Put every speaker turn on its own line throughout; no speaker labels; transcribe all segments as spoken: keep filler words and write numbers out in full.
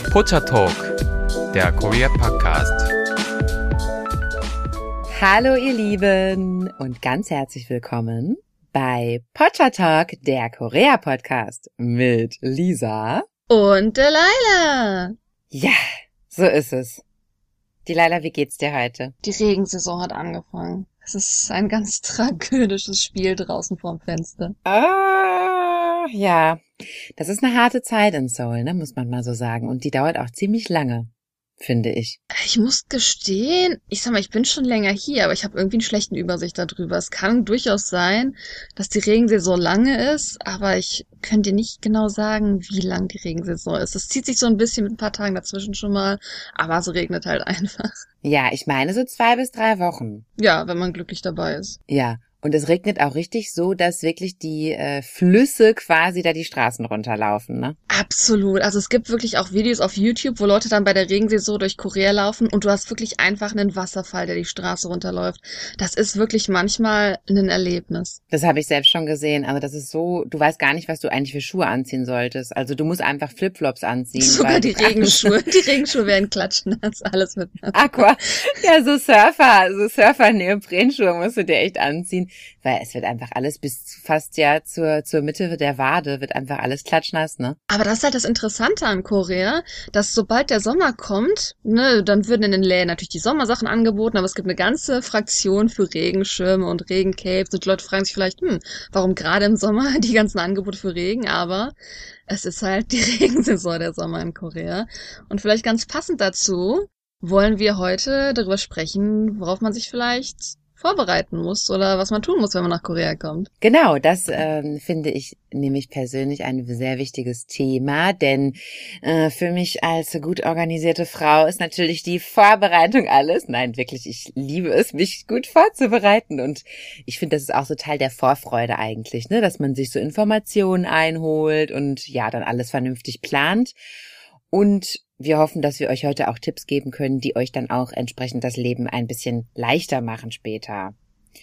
Pocha Talk, der Korea Podcast.
Hallo ihr Lieben und ganz herzlich willkommen bei Pocha Talk, der Korea Podcast mit Lisa
und Delilah.
Ja, so ist es. Delilah, wie geht's dir heute?
Die Regensaison hat angefangen. Es ist ein ganz tragödisches Spiel draußen vorm Fenster.
Ah, ja. Das ist eine harte Zeit in Seoul, ne, muss man mal so sagen. Und die dauert auch ziemlich lange, finde ich.
Ich muss gestehen, ich sag mal, ich bin schon länger hier, aber ich habe irgendwie eine schlechte Übersicht darüber. Es kann durchaus sein, dass die Regensaison lange ist, aber ich könnte dir nicht genau sagen, wie lang die Regensaison ist. Es zieht sich so ein bisschen mit ein paar Tagen dazwischen schon mal, aber es regnet halt einfach.
Ja, ich meine so zwei bis drei Wochen.
Ja, wenn man glücklich dabei ist.
Ja. Und es regnet auch richtig so, dass wirklich die äh, Flüsse quasi da die Straßen runterlaufen, ne?
Absolut. Also es gibt wirklich auch Videos auf YouTube, wo Leute dann bei der Regensaison durch Korea laufen und du hast wirklich einfach einen Wasserfall, der die Straße runterläuft. Das ist wirklich manchmal ein Erlebnis.
Das habe ich selbst schon gesehen. Also das ist so, du weißt gar nicht, was du eigentlich für Schuhe anziehen solltest. Also du musst einfach Flipflops anziehen.
Sogar die Regenschuhe. Die Regenschuhe werden klatschnass, alles mit nass.
Aqua. Ja, so Surfer, so Surfer-Neoprenschuhe musst du dir echt anziehen. Weil es wird einfach alles bis fast ja zur zur Mitte der Wade wird einfach alles klatschnass, ne?
Aber das ist halt das Interessante an Korea, dass sobald der Sommer kommt, ne, dann würden in den Läden natürlich die Sommersachen angeboten, aber es gibt eine ganze Fraktion für Regenschirme und Regencapes und die Leute fragen sich vielleicht, hm, warum gerade im Sommer die ganzen Angebote für Regen, aber es ist halt die Regensaison der Sommer in Korea. Und vielleicht ganz passend dazu wollen wir heute darüber sprechen, worauf man sich vielleicht vorbereiten muss oder was man tun muss, wenn man nach Korea kommt.
Genau, das ähm, finde ich nämlich persönlich ein sehr wichtiges Thema, denn äh, für mich als gut organisierte Frau ist natürlich die Vorbereitung alles. Nein, wirklich, ich liebe es, mich gut vorzubereiten und ich finde, das ist auch so Teil der Vorfreude eigentlich, ne, dass man sich so Informationen einholt und ja, dann alles vernünftig plant. Und wir hoffen, dass wir euch heute auch Tipps geben können, die euch dann auch entsprechend das Leben ein bisschen leichter machen später.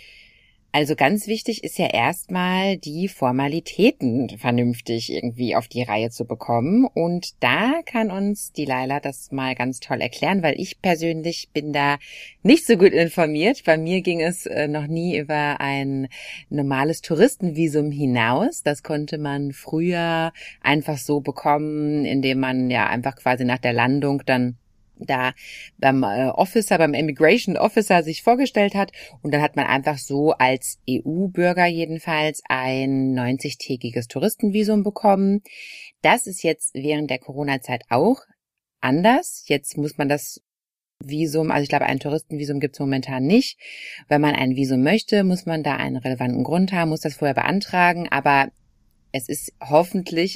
Also ganz wichtig ist ja erstmal die Formalitäten vernünftig irgendwie auf die Reihe zu bekommen. Und da kann uns Delilah das mal ganz toll erklären, weil ich persönlich bin da nicht so gut informiert. Bei mir ging es äh, noch nie über ein normales Touristenvisum hinaus. Das konnte man früher einfach so bekommen, indem man ja einfach quasi nach der Landung dann da beim äh, Officer, beim Immigration Officer sich vorgestellt hat und dann hat man einfach so als E U-Bürger jedenfalls ein neunzig-tägiges Touristenvisum bekommen. Das ist jetzt während der Corona-Zeit auch anders. Jetzt muss man das Visum, also ich glaube, ein Touristenvisum gibt es momentan nicht. Wenn man ein Visum möchte, muss man da einen relevanten Grund haben, muss das vorher beantragen, aber es ist hoffentlich,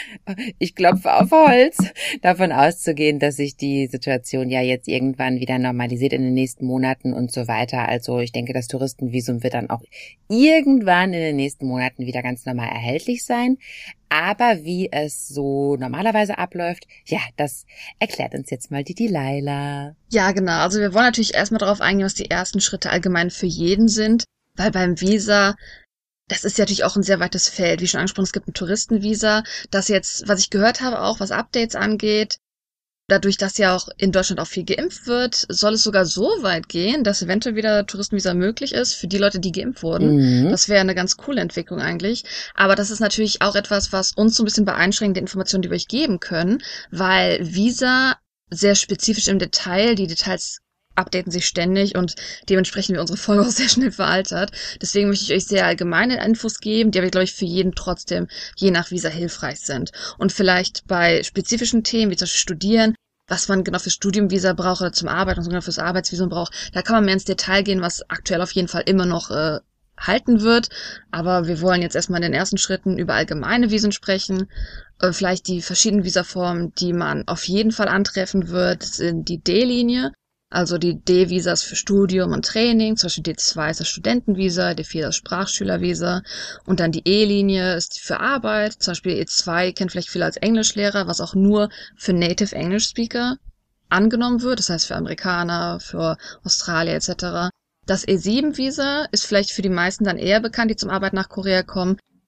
ich klopfe auf Holz, davon auszugehen, dass sich die Situation ja jetzt irgendwann wieder normalisiert in den nächsten Monaten und so weiter. Also ich denke, das Touristenvisum wird dann auch irgendwann in den nächsten Monaten wieder ganz normal erhältlich sein. Aber wie es so normalerweise abläuft, ja, das erklärt uns jetzt mal die Delilah.
Ja, genau. Also wir wollen natürlich erstmal darauf eingehen, was die ersten Schritte allgemein für jeden sind, weil beim Visa, das ist ja natürlich auch ein sehr weites Feld. Wie schon angesprochen, es gibt ein Touristenvisa, das jetzt, was ich gehört habe, auch was Updates angeht, dadurch, dass ja auch in Deutschland auch viel geimpft wird, soll es sogar so weit gehen, dass eventuell wieder Touristenvisa möglich ist für die Leute, die geimpft wurden. Mhm. Das wäre eine ganz coole Entwicklung eigentlich. Aber das ist natürlich auch etwas, was uns so ein bisschen beeinschränkt, die Informationen, die wir euch geben können, weil Visa sehr spezifisch im Detail, die Details updaten sich ständig und dementsprechend wird unsere Folge auch sehr schnell veraltert. Deswegen möchte ich euch sehr allgemeine Infos geben, die aber, glaube ich, für jeden trotzdem je nach Visa hilfreich sind. Und vielleicht bei spezifischen Themen, wie zum Beispiel Studieren, was man genau fürs Studiumvisa braucht oder zum Arbeiten, was man genau fürs Arbeitsvisum braucht, da kann man mehr ins Detail gehen, was aktuell auf jeden Fall immer noch äh, halten wird. Aber wir wollen jetzt erstmal in den ersten Schritten über allgemeine Visen sprechen. Äh, vielleicht die verschiedenen Visaformen, die man auf jeden Fall antreffen wird, sind die D-Linie. Also die D-Visas für Studium und Training, zum Beispiel D zwei ist das Studentenvisa, D vier das Sprachschülervisa und dann die E-Linie ist für Arbeit, zum Beispiel E zwei kennt vielleicht viele als Englischlehrer, was auch nur für Native English Speaker angenommen wird, das heißt für Amerikaner, für Australier et cetera. Das E sieben Visa ist vielleicht für die meisten dann eher bekannt, die zum Arbeiten nach Korea kommen.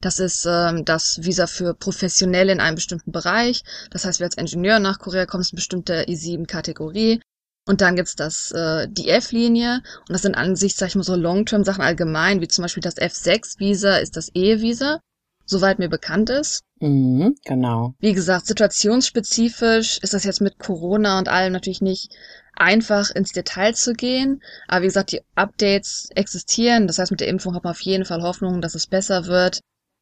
Das ist ähm, das Visa für Professionelle in einem bestimmten Bereich. Das heißt, wer als Ingenieur nach Korea kommt, ist eine bestimmte I sieben Kategorie. Und dann gibt's das äh, die F-Linie. Und das sind an sich, sag ich mal, so Long-Term-Sachen allgemein, wie zum Beispiel das F sechs Visa ist das Ehe-Visa, soweit mir bekannt ist.
Mhm, genau.
Wie gesagt, situationsspezifisch ist das jetzt mit Corona und allem natürlich nicht einfach ins Detail zu gehen. Aber wie gesagt, die Updates existieren. Das heißt, mit der Impfung hat man auf jeden Fall Hoffnung, dass es besser wird.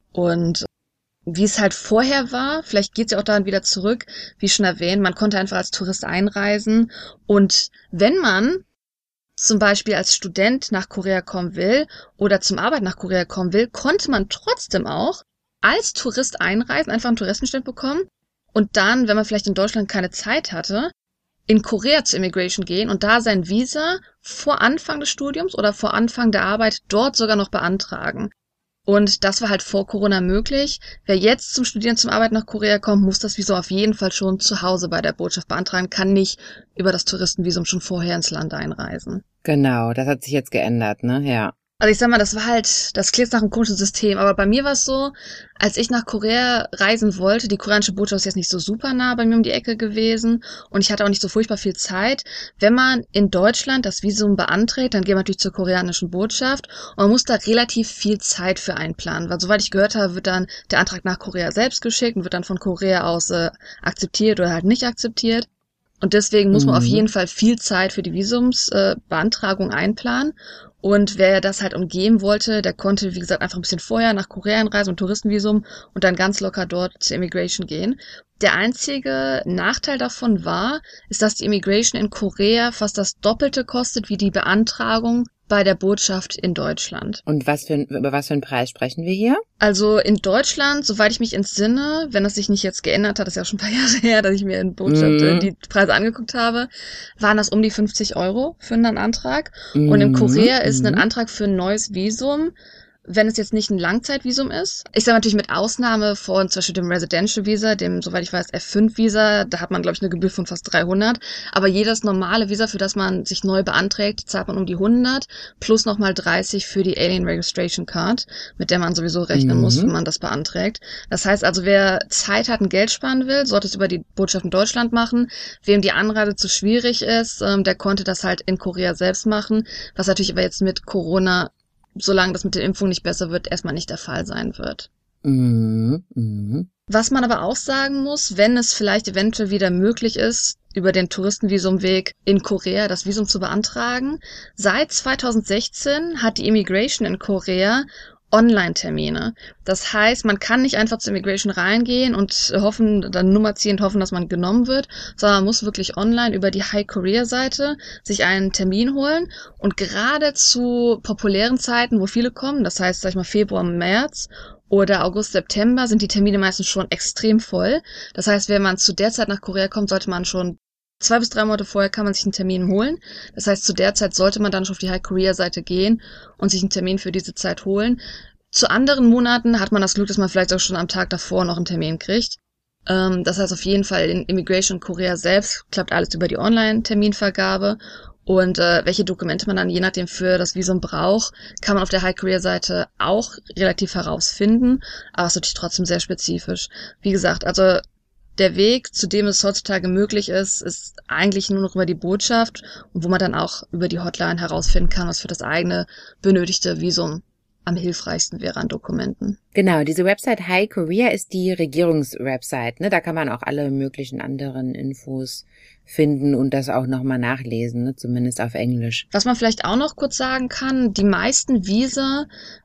Und wie es halt vorher war, vielleicht geht es ja auch daran wieder zurück, wie schon erwähnt, man konnte einfach als Tourist einreisen. Und wenn man zum Beispiel als Student nach Korea kommen will oder zum Arbeiten nach Korea kommen will, konnte man trotzdem auch als Tourist einreisen, einfach einen Touristenstempel bekommen und dann, wenn man vielleicht in Deutschland keine Zeit hatte, in Korea zur Immigration gehen und da sein Visa vor Anfang des Studiums oder vor Anfang der Arbeit dort sogar noch beantragen. Und das war halt vor Corona möglich. Wer jetzt zum Studieren, zum Arbeiten nach Korea kommt, muss das Visum auf jeden Fall schon zu Hause bei der Botschaft beantragen, kann nicht über das Touristenvisum schon vorher ins Land einreisen.
Genau, das hat sich jetzt geändert, ne? Ja.
Also ich sag mal, das war halt, das klingt nach einem komischen System, aber bei mir war es so, als ich nach Korea reisen wollte, die koreanische Botschaft ist jetzt nicht so super nah bei mir um die Ecke gewesen und ich hatte auch nicht so furchtbar viel Zeit. Wenn man in Deutschland das Visum beantragt, dann geht man natürlich zur koreanischen Botschaft und man muss da relativ viel Zeit für einplanen, weil soweit ich gehört habe, wird dann der Antrag nach Korea selbst geschickt und wird dann von Korea aus äh, akzeptiert oder halt nicht akzeptiert. Und deswegen muss man mhm. auf jeden Fall viel Zeit für die Visumsbeantragung äh, einplanen. Und wer das halt umgehen wollte, der konnte, wie gesagt, einfach ein bisschen vorher nach Korea einreisen und Touristenvisum und dann ganz locker dort zur Immigration gehen. Der einzige Nachteil davon war, ist, dass die Immigration in Korea fast das Doppelte kostet wie die Beantragung bei der Botschaft in Deutschland.
Und was für ein, über was für einen Preis sprechen wir hier?
Also in Deutschland, soweit ich mich entsinne, wenn das sich nicht jetzt geändert hat, ist ja auch schon ein paar Jahre her, dass ich mir in Botschaft mm. die Preise angeguckt habe, waren das um die fünfzig Euro für einen Antrag. Mm. Und in Korea ist mm. ein Antrag für ein neues Visum, wenn es jetzt nicht ein Langzeitvisum ist. Ich sage natürlich mit Ausnahme von zum Beispiel dem Residential Visa, dem, soweit ich weiß, F fünf Visa, da hat man, glaube ich, eine Gebühr von fast dreihundert. Aber jedes normale Visa, für das man sich neu beantragt, zahlt man um die hundert, plus nochmal dreißig für die Alien Registration Card, mit der man sowieso rechnen mhm. muss, wenn man das beantragt. Das heißt also, wer Zeit hat und Geld sparen will, sollte es über die Botschaft in Deutschland machen. Wem die Anreise zu schwierig ist, ähm, der konnte das halt in Korea selbst machen, was natürlich aber jetzt mit Corona, solange das mit der Impfung nicht besser wird, erstmal nicht der Fall sein wird.
Mhm. Mhm.
Was man aber auch sagen muss, wenn es vielleicht eventuell wieder möglich ist, über den Touristenvisumweg in Korea das Visum zu beantragen, seit zweitausendsechzehn hat die Immigration in Korea Online-Termine. Das heißt, man kann nicht einfach zur Immigration reingehen und hoffen, dann eine Nummer ziehen und hoffen, dass man genommen wird, sondern man muss wirklich online über die Hi Korea-Seite sich einen Termin holen. Und gerade zu populären Zeiten, wo viele kommen, das heißt, sag ich mal, Februar, März oder August, September, sind die Termine meistens schon extrem voll. Das heißt, wenn man zu der Zeit nach Korea kommt, sollte man schon Zwei bis drei Monate vorher kann man sich einen Termin holen. Das heißt, zu der Zeit sollte man dann schon auf die Hi Korea-Seite gehen und sich einen Termin für diese Zeit holen. Zu anderen Monaten hat man das Glück, dass man vielleicht auch schon am Tag davor noch einen Termin kriegt. Ähm, das heißt, auf jeden Fall in Immigration Korea selbst klappt alles über die Online-Terminvergabe. Und äh, welche Dokumente man dann je nachdem für das Visum braucht, kann man auf der Hi Korea-Seite auch relativ herausfinden. Aber es ist natürlich trotzdem sehr spezifisch. Wie gesagt, also der Weg, zu dem es heutzutage möglich ist, ist eigentlich nur noch über die Botschaft und wo man dann auch über die Hotline herausfinden kann, was für das eigene benötigte Visum am hilfreichsten wäre an Dokumenten.
Genau, diese Website Hi Korea ist die Regierungswebsite, ne? Da kann man auch alle möglichen anderen Infos finden und das auch nochmal nachlesen, ne? Zumindest auf Englisch.
Was man vielleicht auch noch kurz sagen kann, die meisten Visa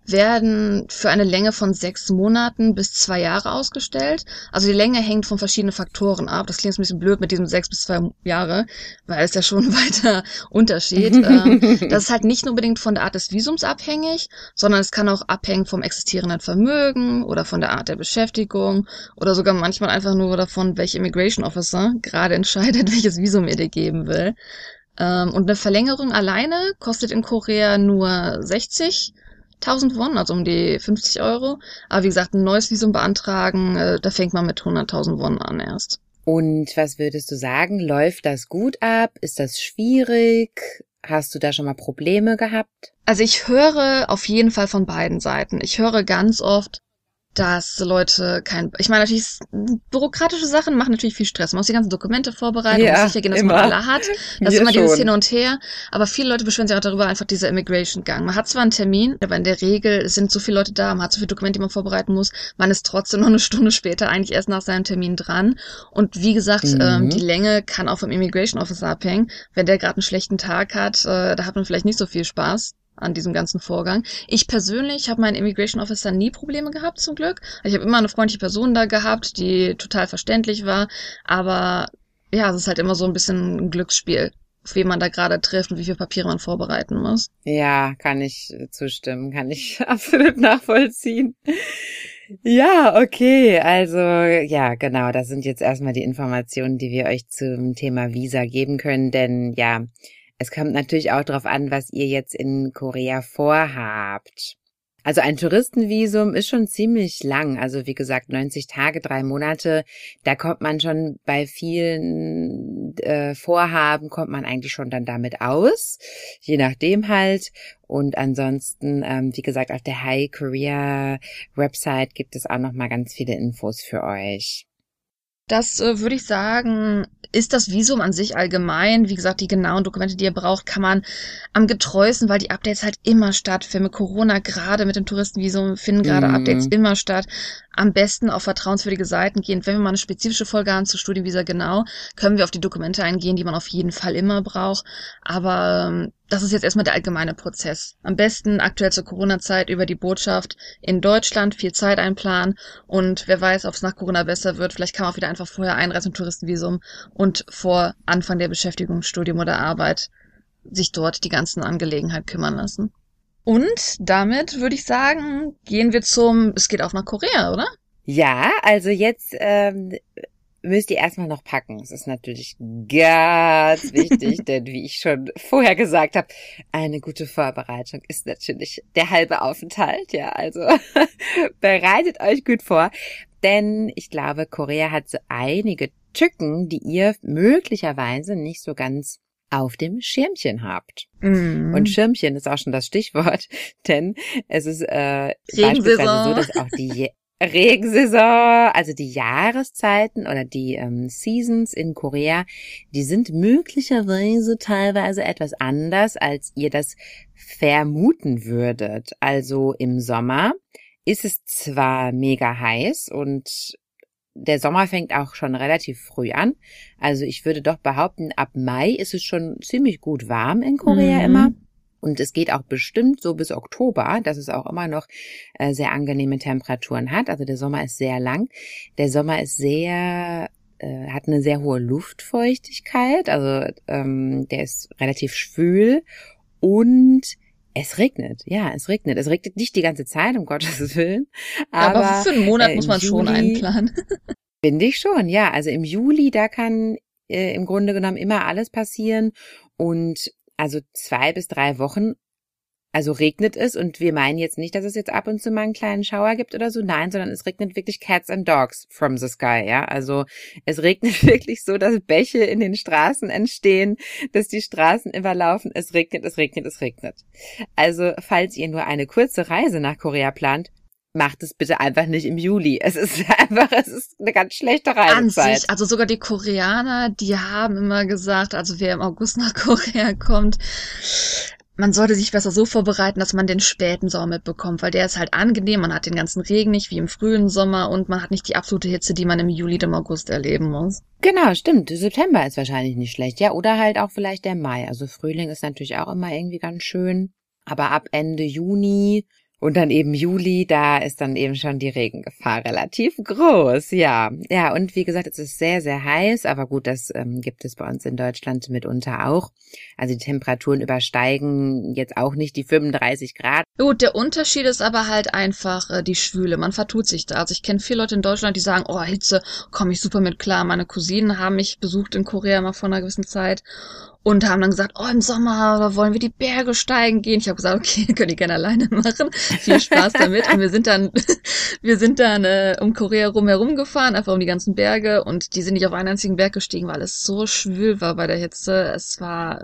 werden für eine Länge von sechs Monaten bis zwei Jahre ausgestellt. Also die Länge hängt von verschiedenen Faktoren ab. Das klingt ein bisschen blöd mit diesem sechs bis zwei Jahre, weil es ja schon ein weiter Unterschied. Das ist halt nicht nur unbedingt von der Art des Visums abhängig, sondern es kann auch abhängen vom existierenden Vermögen oder von der Art der Beschäftigung oder sogar manchmal einfach nur davon, welcher Immigration Officer gerade entscheidet, welches Visum ihr dir geben will. Und eine Verlängerung alleine kostet in Korea nur sechzigtausend Won, also um die fünfzig Euro. Aber wie gesagt, ein neues Visum beantragen, da fängt man mit hunderttausend Won an erst.
Und was würdest du sagen? Läuft das gut ab? Ist das schwierig? Hast du da schon mal Probleme gehabt?
Also ich höre auf jeden Fall von beiden Seiten. Ich höre ganz oft, dass Leute kein, ich meine natürlich, bürokratische Sachen machen natürlich viel Stress. Man muss die ganzen Dokumente vorbereiten, ja, muss sicher gehen, dass immer. man alle hat. Das ist immer schon. Dieses Hin und Her. Aber viele Leute beschweren sich auch darüber, einfach dieser Immigration-Gang. Man hat zwar einen Termin, aber in der Regel sind so viele Leute da, man hat so viele Dokumente, die man vorbereiten muss. Man ist trotzdem noch eine Stunde später eigentlich erst nach seinem Termin dran. Und wie gesagt, mhm. ähm, die Länge kann auch vom Immigration Officer abhängen. Wenn der gerade einen schlechten Tag hat, äh, da hat man vielleicht nicht so viel Spaß an diesem ganzen Vorgang. Ich persönlich habe meinen Immigration Officer nie Probleme gehabt, zum Glück. Ich habe immer eine freundliche Person da gehabt, die total verständlich war, aber ja, es ist halt immer so ein bisschen ein Glücksspiel, auf wen man da gerade trifft und wie viele Papiere man vorbereiten muss.
Ja, kann ich zustimmen, kann ich absolut nachvollziehen. Ja, okay, also ja, genau, das sind jetzt erstmal die Informationen, die wir euch zum Thema Visa geben können, denn ja, es kommt natürlich auch darauf an, was ihr jetzt in Korea vorhabt. Also ein Touristenvisum ist schon ziemlich lang. Also wie gesagt, neunzig Tage, drei Monate. Da kommt man schon bei vielen äh, Vorhaben, kommt man eigentlich schon dann damit aus. Je nachdem halt. Und ansonsten, ähm, wie gesagt, auf der Hi Korea Website gibt es auch nochmal ganz viele Infos für euch.
Das äh, würde ich sagen, ist das Visum an sich allgemein. Wie gesagt, die genauen Dokumente, die ihr braucht, kann man am getreuesten, weil die Updates halt immer stattfinden. Mit Corona, gerade mit dem Touristenvisum, finden gerade mm. Updates immer statt. Am besten auf vertrauenswürdige Seiten gehen. Wenn wir mal eine spezifische Folge haben zu Studienvisa genau, können wir auf die Dokumente eingehen, die man auf jeden Fall immer braucht. Aber ähm, das ist jetzt erstmal der allgemeine Prozess. Am besten aktuell zur Corona-Zeit über die Botschaft in Deutschland viel Zeit einplanen und wer weiß, ob es nach Corona besser wird. Vielleicht kann man auch wieder einfach vorher einreisen mit Touristenvisum und vor Anfang der Beschäftigung, Studium oder Arbeit sich dort die ganzen Angelegenheiten kümmern lassen. Und damit würde ich sagen, gehen wir zum, es geht auch nach Korea, oder?
Ja, also jetzt ähm, müsst ihr erstmal noch packen. Das ist natürlich ganz wichtig, denn wie ich schon vorher gesagt habe, eine gute Vorbereitung ist natürlich der halbe Aufenthalt. Ja, also bereitet euch gut vor, denn ich glaube, Korea hat so einige Tücken, die ihr möglicherweise nicht so ganz auf dem Schirmchen habt. Mm. Und Schirmchen ist auch schon das Stichwort, denn es ist äh, beispielsweise so, dass auch die Regensaison, also die Jahreszeiten oder die ähm, Seasons in Korea, die sind möglicherweise teilweise etwas anders, als ihr das vermuten würdet. Also im Sommer ist es zwar mega heiß und der Sommer fängt auch schon relativ früh an. Also ich würde doch behaupten, ab Mai ist es schon ziemlich gut warm in Korea mhm. immer. Und es geht auch bestimmt so bis Oktober, dass es auch immer noch äh, sehr angenehme Temperaturen hat. Also der Sommer ist sehr lang. Der Sommer ist sehr, äh, hat eine sehr hohe Luftfeuchtigkeit. Also ähm, der ist relativ schwül und es regnet. Ja, es regnet. Es regnet nicht die ganze Zeit, um Gottes Willen. Aber,
ja, aber für einen Monat äh, muss man Juli, schon einplanen.
Finde ich schon, ja. Also im Juli, da kann äh, im Grunde genommen immer alles passieren. Und also zwei bis drei Wochen, also regnet es. Und wir meinen jetzt nicht, dass es jetzt ab und zu mal einen kleinen Schauer gibt oder so. Nein, sondern es regnet wirklich Cats and Dogs from the sky, ja. Also es regnet wirklich so, dass Bäche in den Straßen entstehen, dass die Straßen überlaufen. Es regnet, es regnet, es regnet. Also falls ihr nur eine kurze Reise nach Korea plant, macht es bitte einfach nicht im Juli. Es ist einfach, es ist eine ganz schlechte Reisezeit.
An sich, also sogar die Koreaner, die haben immer gesagt, also wer im August nach Korea kommt, man sollte sich besser so vorbereiten, dass man den späten Sommer mitbekommt, weil der ist halt angenehm, man hat den ganzen Regen nicht wie im frühen Sommer und man hat nicht die absolute Hitze, die man im Juli, im August erleben muss.
Genau, stimmt. September ist wahrscheinlich nicht schlecht, ja, oder halt auch vielleicht der Mai. Also Frühling ist natürlich auch immer irgendwie ganz schön, aber ab Ende Juni und dann eben Juli, da ist dann eben schon die Regengefahr relativ groß, ja. Ja, und wie gesagt, es ist sehr, sehr heiß, aber gut, das ähm, gibt es bei uns in Deutschland mitunter auch. Also die Temperaturen übersteigen jetzt auch nicht die fünfunddreißig Grad.
Gut, der Unterschied ist aber halt einfach äh, die Schwüle. Man vertut sich da. Also ich kenne viele Leute in Deutschland, die sagen, oh, Hitze, komme ich super mit klar. Meine Cousinen haben mich besucht in Korea mal vor einer gewissen Zeit und haben dann gesagt, oh, im Sommer da wollen wir die Berge steigen gehen. Ich habe gesagt, okay, könnt ihr gerne alleine machen. Viel Spaß damit. Und wir sind dann, wir sind dann äh, um Korea rum herumgefahren, einfach um die ganzen Berge. Und die sind nicht auf einen einzigen Berg gestiegen, weil es so schwül war bei der Hitze. Es war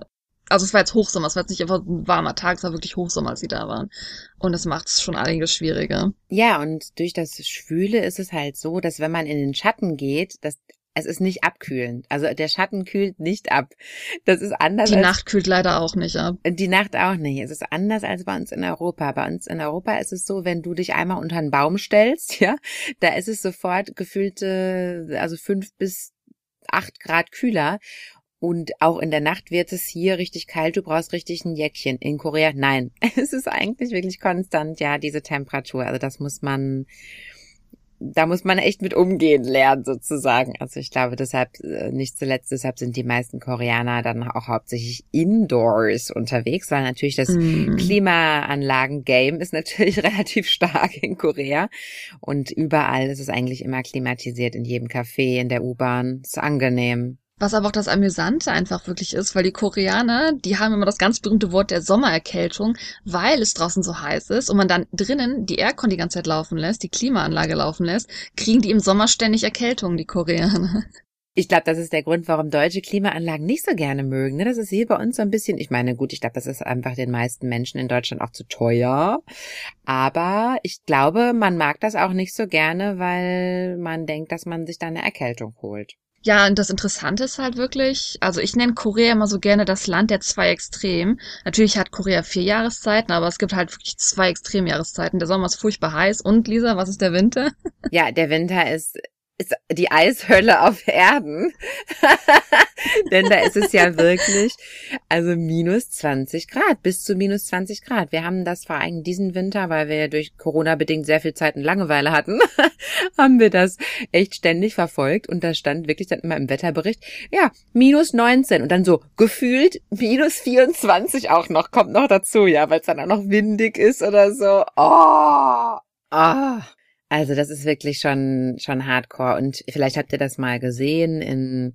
also es war jetzt Hochsommer, es war jetzt nicht einfach ein warmer Tag, es war wirklich Hochsommer, als sie da waren. Und das macht es schon einiges schwieriger.
Ja, und durch das Schwüle ist es halt so, dass wenn man in den Schatten geht, dass es ist nicht abkühlend. Also der Schatten kühlt nicht ab. Das ist anders.
Die
als,
Nacht kühlt leider auch nicht ab.
Die Nacht auch nicht. Es ist anders als bei uns in Europa. Bei uns in Europa ist es so, wenn du dich einmal unter einen Baum stellst, ja, da ist es sofort gefühlte, also fünf bis acht Grad kühler. Und auch in der Nacht wird es hier richtig kalt. Du brauchst richtig ein Jäckchen. In Korea, nein. Es ist eigentlich wirklich konstant, ja, diese Temperatur. Also das muss man... Da muss man echt mit umgehen lernen, sozusagen. Also ich glaube, deshalb, nicht zuletzt, deshalb sind die meisten Koreaner dann auch hauptsächlich indoors unterwegs, weil natürlich das mm. Klimaanlagen-Game ist natürlich relativ stark in Korea. Und überall ist es eigentlich immer klimatisiert, in jedem Café, in der U-Bahn. Ist angenehm.
Was aber auch das Amüsante einfach wirklich ist, weil die Koreaner, die haben immer das ganz berühmte Wort der Sommererkältung, weil es draußen so heiß ist und man dann drinnen die Aircon die ganze Zeit laufen lässt, die Klimaanlage laufen lässt, kriegen die im Sommer ständig Erkältung, die Koreaner.
Ich glaube, das ist der Grund, warum deutsche Klimaanlagen nicht so gerne mögen. Das ist hier bei uns so ein bisschen, ich meine, gut, ich glaube, das ist einfach den meisten Menschen in Deutschland auch zu teuer. Aber ich glaube, man mag das auch nicht so gerne, weil man denkt, dass man sich da eine Erkältung holt.
Ja, und das Interessante ist halt wirklich, also ich nenne Korea immer so gerne das Land der zwei Extremen. Natürlich hat Korea vier Jahreszeiten, aber es gibt halt wirklich zwei Extremjahreszeiten. Der Sommer ist furchtbar heiß. Und, Lisa, was ist der Winter?
Ja, der Winter ist... ist die Eishölle auf Erden. Denn da ist es ja wirklich, also minus zwanzig Grad, bis zu minus zwanzig Grad. Wir haben das vor allem diesen Winter, weil wir ja durch Corona bedingt sehr viel Zeit und Langeweile hatten, haben wir das echt ständig verfolgt und da stand wirklich dann immer im Wetterbericht, ja, minus neunzehn und dann so gefühlt minus vierundzwanzig auch noch, kommt noch dazu, ja, weil es dann auch noch windig ist oder so. Oh, oh. Also das ist wirklich schon schon Hardcore und vielleicht habt ihr das mal gesehen in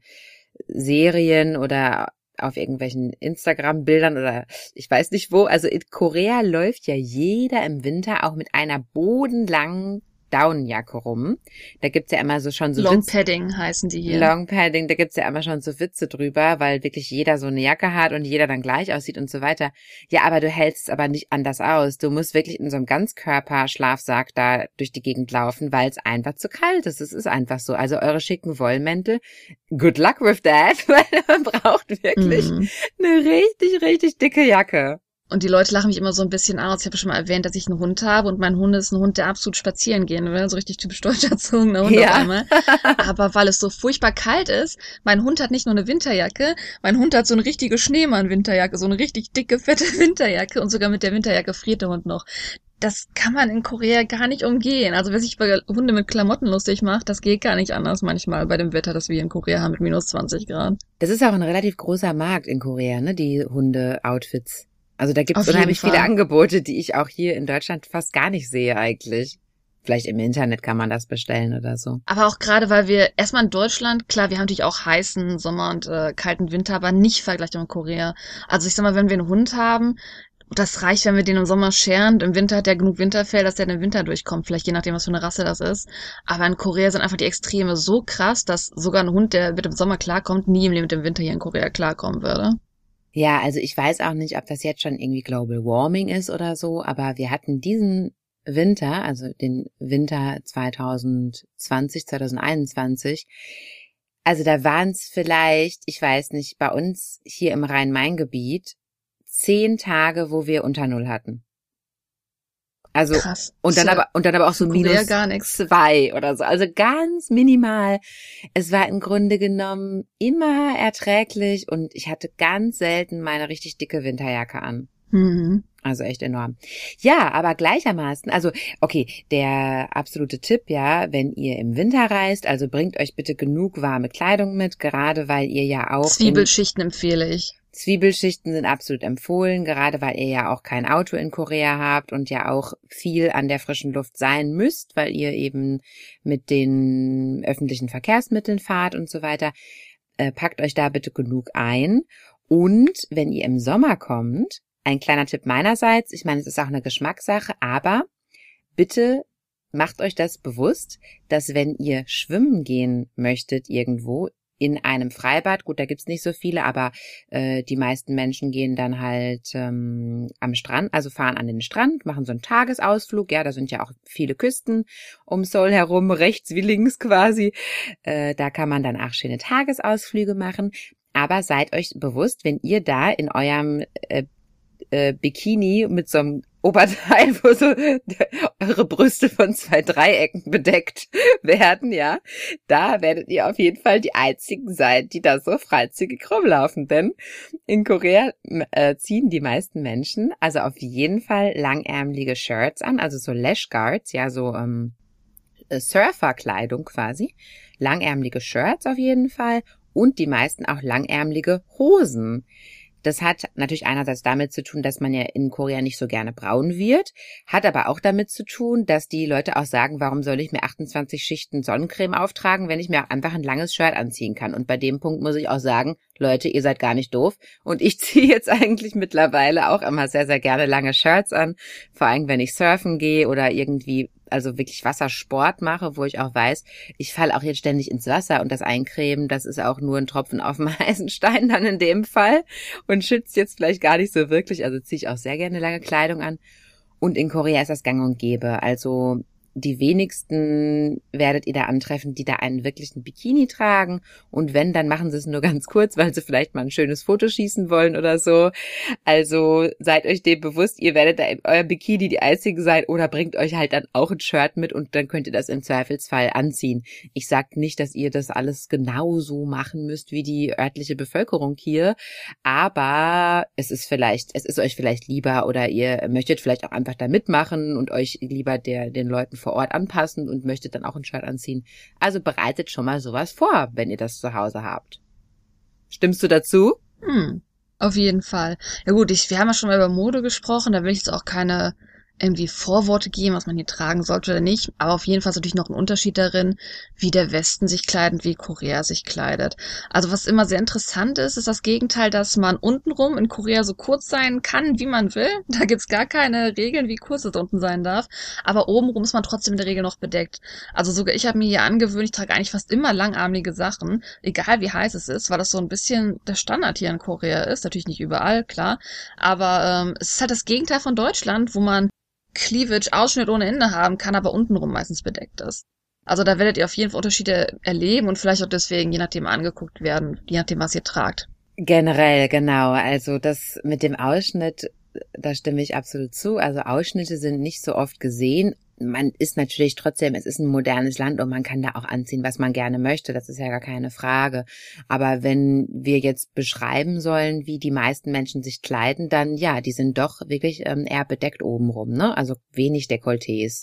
Serien oder auf irgendwelchen Instagram-Bildern oder ich weiß nicht wo. Also in Korea läuft ja jeder im Winter auch mit einer bodenlangen Daunenjacke rum. Da gibt's ja immer so schon so
Long
Witz-
Padding heißen die hier.
Long Padding, da gibt's ja immer schon so Witze drüber, weil wirklich jeder so eine Jacke hat und jeder dann gleich aussieht und so weiter. Ja, aber du hältst es aber nicht anders aus. Du musst wirklich in so einem Ganzkörper-Schlafsack da durch die Gegend laufen, weil es einfach zu kalt ist. Es ist einfach so. Also eure schicken Wollmäntel, good luck with that, weil man braucht wirklich
Mhm.
eine richtig, richtig dicke Jacke.
Und die Leute lachen mich immer so ein bisschen aus. Ich habe schon mal erwähnt, dass ich einen Hund habe und mein Hund ist ein Hund, der absolut spazieren gehen will. So richtig typisch deutsch erzogener Hund
Ja.
auf einmal. Aber weil es so furchtbar kalt ist, mein Hund hat nicht nur eine Winterjacke, mein Hund hat so eine richtige Schneemann-Winterjacke, so eine richtig dicke, fette Winterjacke und sogar mit der Winterjacke friert der Hund noch. Das kann man in Korea gar nicht umgehen. Also wer sich über Hunde mit Klamotten lustig macht, das geht gar nicht anders manchmal bei dem Wetter, das wir hier in Korea haben mit minus zwanzig Grad.
Das ist auch ein relativ großer Markt in Korea, ne, die Hunde-Outfits. Also da gibt
Auf
es
jeden
unheimlich viele
Fall.
Angebote, die ich auch hier in Deutschland fast gar nicht sehe eigentlich. Vielleicht im Internet kann man das bestellen oder so.
Aber auch gerade, weil wir erstmal in Deutschland, klar, wir haben natürlich auch heißen Sommer und äh, kalten Winter, aber nicht vergleichbar mit Korea. Also ich sag mal, wenn wir einen Hund haben, das reicht, wenn wir den im Sommer scheren. Im Winter hat der genug Winterfell, dass der in den Winter durchkommt. Vielleicht je nachdem, was für eine Rasse das ist. Aber in Korea sind einfach die Extreme so krass, dass sogar ein Hund, der mit dem Sommer klarkommt, nie im Leben mit dem Winter hier in Korea klarkommen würde.
Ja, also ich weiß auch nicht, ob das jetzt schon irgendwie Global Warming ist oder so, aber wir hatten diesen Winter, also den Winter zwanzig zwanzig, zwanzig einundzwanzig, also da waren es vielleicht, ich weiß nicht, bei uns hier im Rhein-Main-Gebiet zehn Tage, wo wir unter Null hatten. Also
Krass.
und dann
Ist ja
aber und dann aber auch so
in Korea
minus
gar nichts.
zwei oder so. Also ganz minimal. Es war im Grunde genommen immer erträglich und ich hatte ganz selten meine richtig dicke Winterjacke an.
Mhm.
Also echt enorm. Ja, aber gleichermaßen, also okay, der absolute Tipp, ja, wenn ihr im Winter reist, also bringt euch bitte genug warme Kleidung mit, gerade weil ihr ja auch in,
Zwiebelschichten empfehle ich.
Zwiebelschichten sind absolut empfohlen, gerade weil ihr ja auch kein Auto in Korea habt und ja auch viel an der frischen Luft sein müsst, weil ihr eben mit den öffentlichen Verkehrsmitteln fahrt und so weiter. Äh, packt euch da bitte genug ein. Und wenn ihr im Sommer kommt, ein kleiner Tipp meinerseits, ich meine, es ist auch eine Geschmackssache, aber bitte macht euch das bewusst, dass wenn ihr schwimmen gehen möchtet irgendwo, in einem Freibad. Gut, da gibt's nicht so viele, aber äh, die meisten Menschen gehen dann halt ähm, am Strand, also fahren an den Strand, machen so einen Tagesausflug. Ja, da sind ja auch viele Küsten um Seoul herum, rechts wie links quasi. Äh, da kann man dann auch schöne Tagesausflüge machen. Aber seid euch bewusst, wenn ihr da in eurem äh, äh, Bikini mit so einem Oberteil, wo so eure Brüste von zwei Dreiecken bedeckt werden, ja, da werdet ihr auf jeden Fall die einzigen sein, die da so freizügig rumlaufen, denn in Korea äh, ziehen die meisten Menschen also auf jeden Fall langärmelige Shirts an, also so Lash Guards, ja, so ähm, Surferkleidung quasi, langärmelige Shirts auf jeden Fall und die meisten auch langärmelige Hosen. Das hat natürlich einerseits damit zu tun, dass man ja in Korea nicht so gerne braun wird, hat aber auch damit zu tun, dass die Leute auch sagen, warum soll ich mir achtundzwanzig Schichten Sonnencreme auftragen, wenn ich mir auch einfach ein langes Shirt anziehen kann. Und bei dem Punkt muss ich auch sagen, Leute, ihr seid gar nicht doof. Und ich ziehe jetzt eigentlich mittlerweile auch immer sehr, sehr gerne lange Shirts an, vor allem wenn ich surfen gehe oder irgendwie also wirklich Wassersport mache, wo ich auch weiß, ich falle auch jetzt ständig ins Wasser und das Eincremen, das ist auch nur ein Tropfen auf dem heißen Stein dann in dem Fall und schützt jetzt vielleicht gar nicht so wirklich, also ziehe ich auch sehr gerne lange Kleidung an. Und in Korea ist das gang und gäbe, also die wenigsten werdet ihr da antreffen, die da einen wirklichen Bikini tragen. Und wenn, dann machen sie es nur ganz kurz, weil sie vielleicht mal ein schönes Foto schießen wollen oder so. Also seid euch dem bewusst, ihr werdet da in eurem Bikini die Einzige sein oder bringt euch halt dann auch ein Shirt mit und dann könnt ihr das im Zweifelsfall anziehen. Ich sag nicht, dass ihr das alles genauso machen müsst wie die örtliche Bevölkerung hier, aber es ist vielleicht, es ist euch vielleicht lieber oder ihr möchtet vielleicht auch einfach da mitmachen und euch lieber der den Leuten vor Ort anpassen und möchtet dann auch ein Shirt anziehen. Also bereitet schon mal sowas vor, wenn ihr das zu Hause habt. Stimmst du dazu?
Hm, auf jeden Fall. Ja gut, ich, wir haben ja schon mal über Mode gesprochen, da will ich jetzt auch keine irgendwie Vorworte geben, was man hier tragen sollte oder nicht. Aber auf jeden Fall ist natürlich noch ein Unterschied darin, wie der Westen sich kleidet, wie Korea sich kleidet. Also was immer sehr interessant ist, ist das Gegenteil, dass man untenrum in Korea so kurz sein kann, wie man will. Da gibt's gar keine Regeln, wie kurz es unten sein darf. Aber obenrum ist man trotzdem in der Regel noch bedeckt. Also sogar ich habe mir hier angewöhnt, ich trage eigentlich fast immer langarmige Sachen, egal wie heiß es ist, weil das so ein bisschen der Standard hier in Korea ist. Natürlich nicht überall, klar. Aber ähm, es ist halt das Gegenteil von Deutschland, wo man Cleavage, Ausschnitt ohne Ende haben kann, aber untenrum meistens bedeckt ist. Also da werdet ihr auf jeden Fall Unterschiede erleben und vielleicht auch deswegen, je nachdem, angeguckt werden, je nachdem, was ihr tragt.
Generell, genau. Also das mit dem Ausschnitt, da stimme ich absolut zu. Also Ausschnitte sind nicht so oft gesehen. Man ist natürlich trotzdem, es ist ein modernes Land und man kann da auch anziehen, was man gerne möchte. Das ist ja gar keine Frage. Aber wenn wir jetzt beschreiben sollen, wie die meisten Menschen sich kleiden, dann ja, die sind doch wirklich ähm, eher bedeckt obenrum, ne? Also wenig Dekolletés.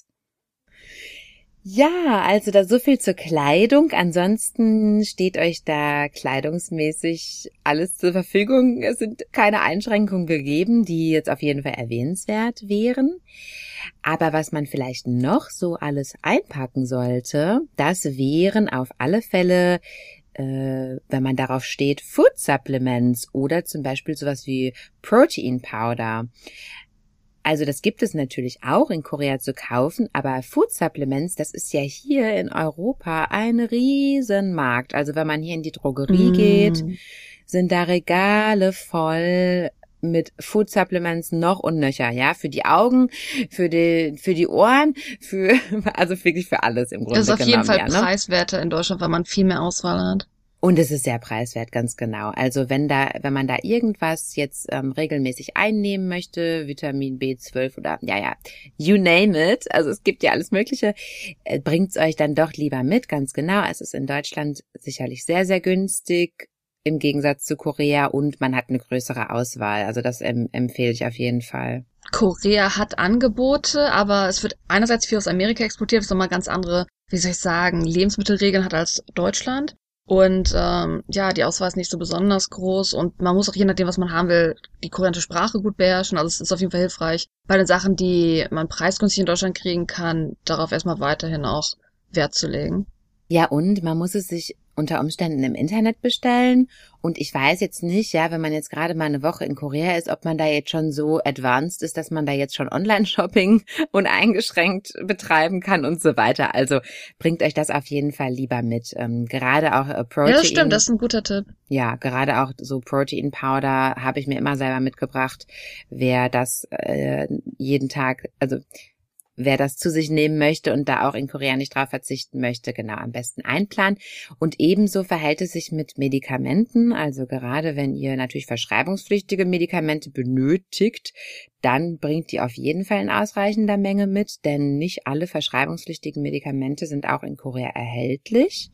Ja, also da so viel zur Kleidung. Ansonsten steht euch da kleidungsmäßig alles zur Verfügung. Es sind keine Einschränkungen gegeben, die jetzt auf jeden Fall erwähnenswert wären. Aber was man vielleicht noch so alles einpacken sollte, das wären auf alle Fälle, äh, wenn man darauf steht, Food Supplements oder zum Beispiel sowas wie Protein Powder. Also das gibt es natürlich auch in Korea zu kaufen, aber Food Supplements, das ist ja hier in Europa ein Riesenmarkt. Also wenn man hier in die Drogerie mm. geht, sind da Regale voll mit Food Supplements noch und nöcher, ja, für die Augen, für die für die Ohren, für also wirklich für alles im Grunde genommen.
Das ist auf jeden Fall
ja, ne?
preiswerter in Deutschland, weil man viel mehr Auswahl hat.
Und es ist sehr preiswert, ganz genau. Also wenn da, wenn man da irgendwas jetzt ähm, regelmäßig einnehmen möchte, Vitamin B zwölf oder, ja, ja, you name it, also es gibt ja alles Mögliche, äh, bringt's euch dann doch lieber mit, ganz genau. Es ist in Deutschland sicherlich sehr, sehr günstig im Gegensatz zu Korea und man hat eine größere Auswahl. Also das ähm, empfehle ich auf jeden Fall.
Korea hat Angebote, aber es wird einerseits viel aus Amerika exportiert, was nochmal ganz andere, wie soll ich sagen, Lebensmittelregeln hat als Deutschland. Und ähm, ja, die Auswahl ist nicht so besonders groß und man muss auch je nachdem, was man haben will, die koreanische Sprache gut beherrschen. Also es ist auf jeden Fall hilfreich, bei den Sachen, die man preisgünstig in Deutschland kriegen kann, darauf erstmal weiterhin auch Wert zu legen.
Ja, und man muss es sich unter Umständen im Internet bestellen. Und ich weiß jetzt nicht, ja, wenn man jetzt gerade mal eine Woche in Korea ist, ob man da jetzt schon so advanced ist, dass man da jetzt schon Online-Shopping uneingeschränkt betreiben kann und so weiter. Also bringt euch das auf jeden Fall lieber mit. Ähm, gerade auch äh, Protein.
Ja, das stimmt, das ist ein guter Tipp.
Ja, gerade auch so Protein Powder habe ich mir immer selber mitgebracht. Wer das äh, jeden Tag, also wer das zu sich nehmen möchte und da auch in Korea nicht drauf verzichten möchte, genau, am besten einplanen. Und ebenso verhält es sich mit Medikamenten. Also gerade wenn ihr natürlich verschreibungspflichtige Medikamente benötigt, dann bringt die auf jeden Fall in ausreichender Menge mit, denn nicht alle verschreibungspflichtigen Medikamente sind auch in Korea erhältlich.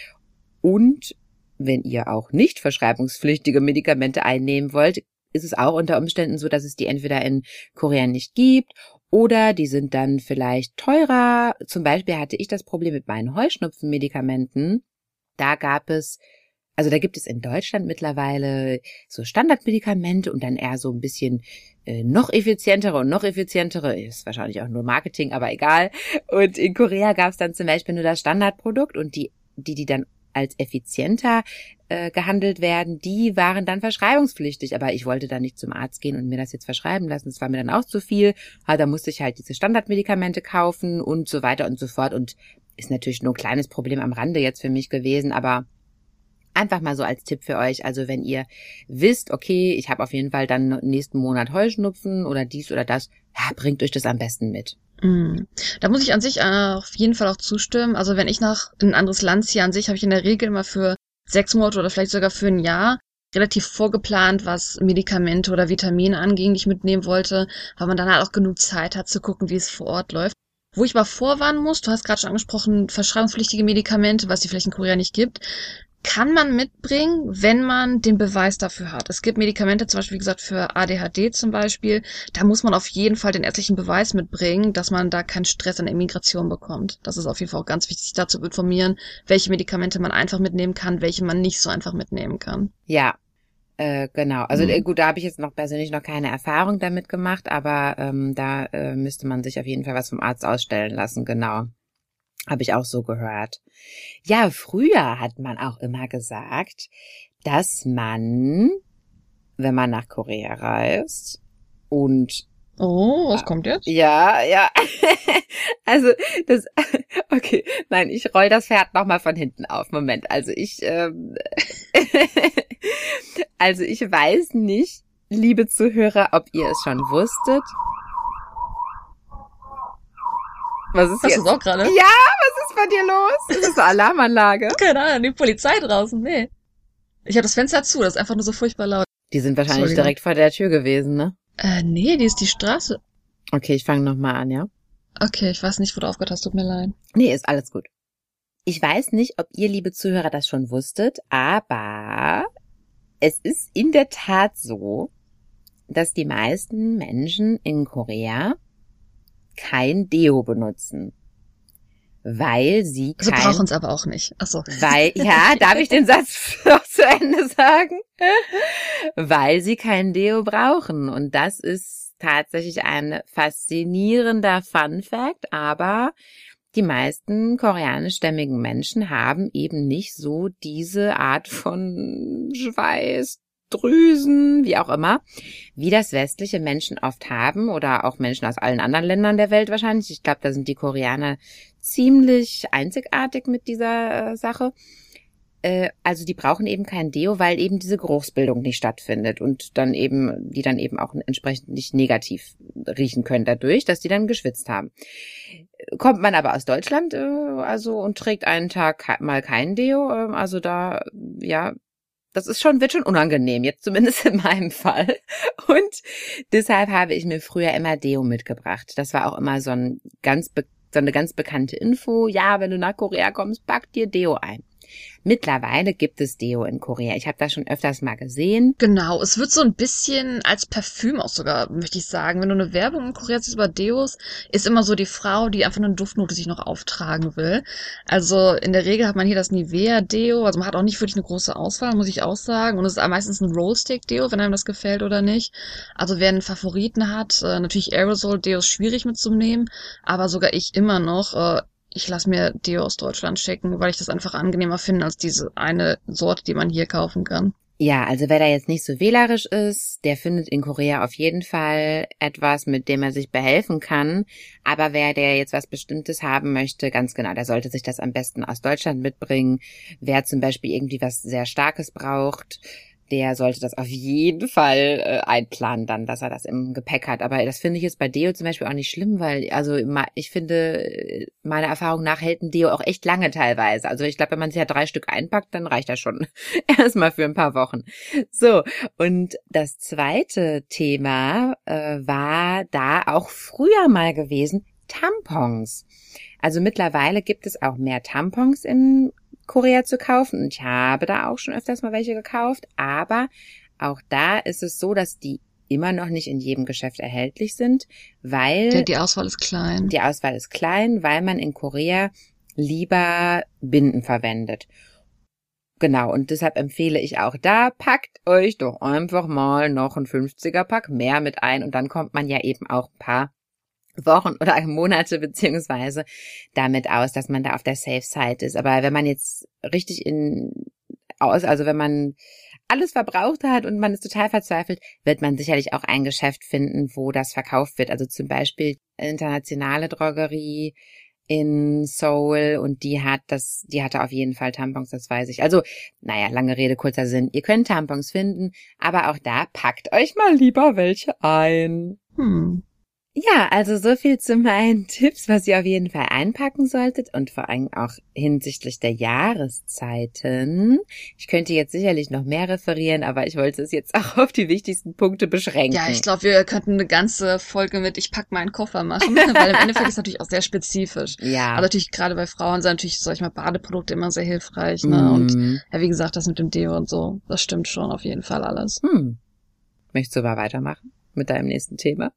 Und wenn ihr auch nicht verschreibungspflichtige Medikamente einnehmen wollt, ist es auch unter Umständen so, dass es die entweder in Korea nicht gibt oder die sind dann vielleicht teurer. Zum Beispiel hatte ich das Problem mit meinen Heuschnupfenmedikamenten. Da gab es, also da gibt es in Deutschland mittlerweile so Standardmedikamente und dann eher so ein bisschen äh, noch effizientere und noch effizientere. Ist wahrscheinlich auch nur Marketing, aber egal. Und in Korea gab es dann zum Beispiel nur das Standardprodukt und die, die, die dann als effizienter äh, gehandelt werden, die waren dann verschreibungspflichtig. Aber ich wollte da nicht zum Arzt gehen und mir das jetzt verschreiben lassen. Das war mir dann auch zu viel. Aber da musste ich halt diese Standardmedikamente kaufen und so weiter und so fort. Und ist natürlich nur ein kleines Problem am Rande jetzt für mich gewesen, aber einfach mal so als Tipp für euch. Also wenn ihr wisst, okay, ich habe auf jeden Fall dann nächsten Monat Heuschnupfen oder dies oder das, ja, bringt euch das am besten mit.
Mm. Da muss ich an sich äh, auf jeden Fall auch zustimmen. Also wenn ich nach in ein anderes Land ziehe, an sich habe ich in der Regel immer für sechs Monate oder vielleicht sogar für ein Jahr relativ vorgeplant, was Medikamente oder Vitamine anging, die ich mitnehmen wollte, weil man dann halt auch genug Zeit hat zu gucken, wie es vor Ort läuft. Wo ich mal vorwarnen muss, du hast gerade schon angesprochen, verschreibungspflichtige Medikamente, was die vielleicht in Korea nicht gibt, kann man mitbringen, wenn man den Beweis dafür hat. Es gibt Medikamente, zum Beispiel, wie gesagt, für A D H D zum Beispiel. Da muss man auf jeden Fall den ärztlichen Beweis mitbringen, dass man da keinen Stress an der Immigration bekommt. Das ist auf jeden Fall auch ganz wichtig, sich dazu zu informieren, welche Medikamente man einfach mitnehmen kann, welche man nicht so einfach mitnehmen kann.
Ja, äh, genau. Also
Mhm.
gut, da habe ich jetzt noch persönlich noch keine Erfahrung damit gemacht, aber ähm, da äh, müsste man sich auf jeden Fall was vom Arzt ausstellen lassen, genau. Habe ich auch so gehört. Ja, früher hat man auch immer gesagt, dass man, wenn man nach Korea reist und
Oh, was kommt jetzt?
ja, ja, also das, okay, nein, ich roll das Pferd nochmal von hinten auf. Moment, also ich, ähm, also ich weiß nicht, liebe Zuhörer, ob ihr es schon wusstet. Was ist
Hast
jetzt?
du es auch gerade?
Ja, was ist bei dir los? Ist das eine Alarmanlage?
Keine Ahnung, die Polizei draußen, nee. Ich habe das Fenster zu, das ist einfach nur so furchtbar laut.
Die sind wahrscheinlich
Entschuldigung.
direkt vor der Tür gewesen, ne?
Äh, nee, die ist die Straße.
Okay, ich fange nochmal an, ja?
Okay, ich weiß nicht, wo du aufgehört hast, tut mir leid.
Nee, ist alles gut. Ich weiß nicht, ob ihr, liebe Zuhörer, das schon wusstet, aber es ist in der Tat so, dass die meisten Menschen in Korea kein Deo benutzen, weil sie
Also
kein...
brauchen es aber auch nicht. Ach so.
Weil, ja, darf ich den Satz noch zu Ende sagen? Weil sie kein Deo brauchen. Und das ist tatsächlich ein faszinierender Fun-Fact, aber die meisten koreanischstämmigen Menschen haben eben nicht so diese Art von Schweiß, Drüsen, wie auch immer, wie das westliche Menschen oft haben oder auch Menschen aus allen anderen Ländern der Welt wahrscheinlich. Ich glaube, da sind die Koreaner ziemlich einzigartig mit dieser äh, Sache. Äh, also die brauchen eben kein Deo, weil eben diese Geruchsbildung nicht stattfindet und dann eben, die dann eben auch entsprechend nicht negativ riechen können dadurch, dass die dann geschwitzt haben. Kommt man aber aus Deutschland, äh, also und trägt einen Tag mal kein Deo, äh, also da, ja, das ist schon, wird schon unangenehm, jetzt zumindest in meinem Fall. Und deshalb habe ich mir früher immer Deo mitgebracht. Das war auch immer so ein ganz, be- so eine ganz bekannte Info. Ja, wenn du nach Korea kommst, pack dir Deo ein. Mittlerweile gibt es Deo in Korea. Ich habe das schon öfters mal gesehen.
Genau, es wird so ein bisschen als Parfüm auch sogar, möchte ich sagen. Wenn du eine Werbung in Korea siehst über Deos, ist immer so die Frau, die einfach eine Duftnote sich noch auftragen will. Also in der Regel hat man hier das Nivea-Deo, also man hat auch nicht wirklich eine große Auswahl, muss ich auch sagen. Und es ist meistens ein Roll-Stick-Deo, wenn einem das gefällt oder nicht. Also wer einen Favoriten hat, äh, natürlich Aerosol-Deo ist schwierig mitzunehmen, aber sogar ich immer noch äh, ich lasse mir Deo aus Deutschland schicken, weil ich das einfach angenehmer finde als diese eine Sorte, die man hier kaufen kann.
Ja, also wer da jetzt nicht so wählerisch ist, der findet in Korea auf jeden Fall etwas, mit dem er sich behelfen kann. Aber wer der jetzt was Bestimmtes haben möchte, ganz genau, der sollte sich das am besten aus Deutschland mitbringen. Wer zum Beispiel irgendwie was sehr Starkes braucht, der sollte das auf jeden Fall äh, einplanen dann, dass er das im Gepäck hat. Aber das finde ich jetzt bei Deo zum Beispiel auch nicht schlimm, weil, also ich finde, meiner Erfahrung nach hält ein Deo auch echt lange teilweise. Also ich glaube, wenn man sich ja drei Stück einpackt, dann reicht das schon erstmal für ein paar Wochen. So, und das zweite Thema äh, war da auch früher mal gewesen, Tampons. Also mittlerweile gibt es auch mehr Tampons in Korea zu kaufen und ich habe da auch schon öfters mal welche gekauft, aber auch da ist es so, dass die immer noch nicht in jedem Geschäft erhältlich sind, weil
Ja, die Auswahl ist klein.
Die Auswahl ist klein, weil man in Korea lieber Binden verwendet. Genau, und deshalb empfehle ich auch da, packt euch doch einfach mal noch ein fünfziger-Pack mehr mit ein und dann kommt man ja eben auch ein paar Wochen oder Monate beziehungsweise damit aus, dass man da auf der Safe Side ist. Aber wenn man jetzt richtig in aus, also wenn man alles verbraucht hat und man ist total verzweifelt, wird man sicherlich auch ein Geschäft finden, wo das verkauft wird. Also zum Beispiel internationale Drogerie in Seoul und die hat das, die hatte auf jeden Fall Tampons, das weiß ich. Also, naja, lange Rede, kurzer Sinn. Ihr könnt Tampons finden, aber auch da packt euch mal lieber welche ein.
Hm.
Ja, also so viel zu meinen Tipps, was ihr auf jeden Fall einpacken solltet und vor allem auch hinsichtlich der Jahreszeiten. Ich könnte jetzt sicherlich noch mehr referieren, aber ich wollte es jetzt auch auf die wichtigsten Punkte beschränken.
Ja, ich glaube, wir könnten eine ganze Folge mit Ich pack meinen Koffer machen, weil im Endeffekt ist es natürlich auch sehr spezifisch.
Ja.
Aber natürlich gerade bei Frauen sind natürlich, sag ich mal, Badeprodukte immer sehr hilfreich, ne?
Mm.
Und ja, wie gesagt, das mit dem Deo und so, das stimmt schon auf jeden Fall alles.
Hm. Möchtest du aber weitermachen mit deinem nächsten Thema?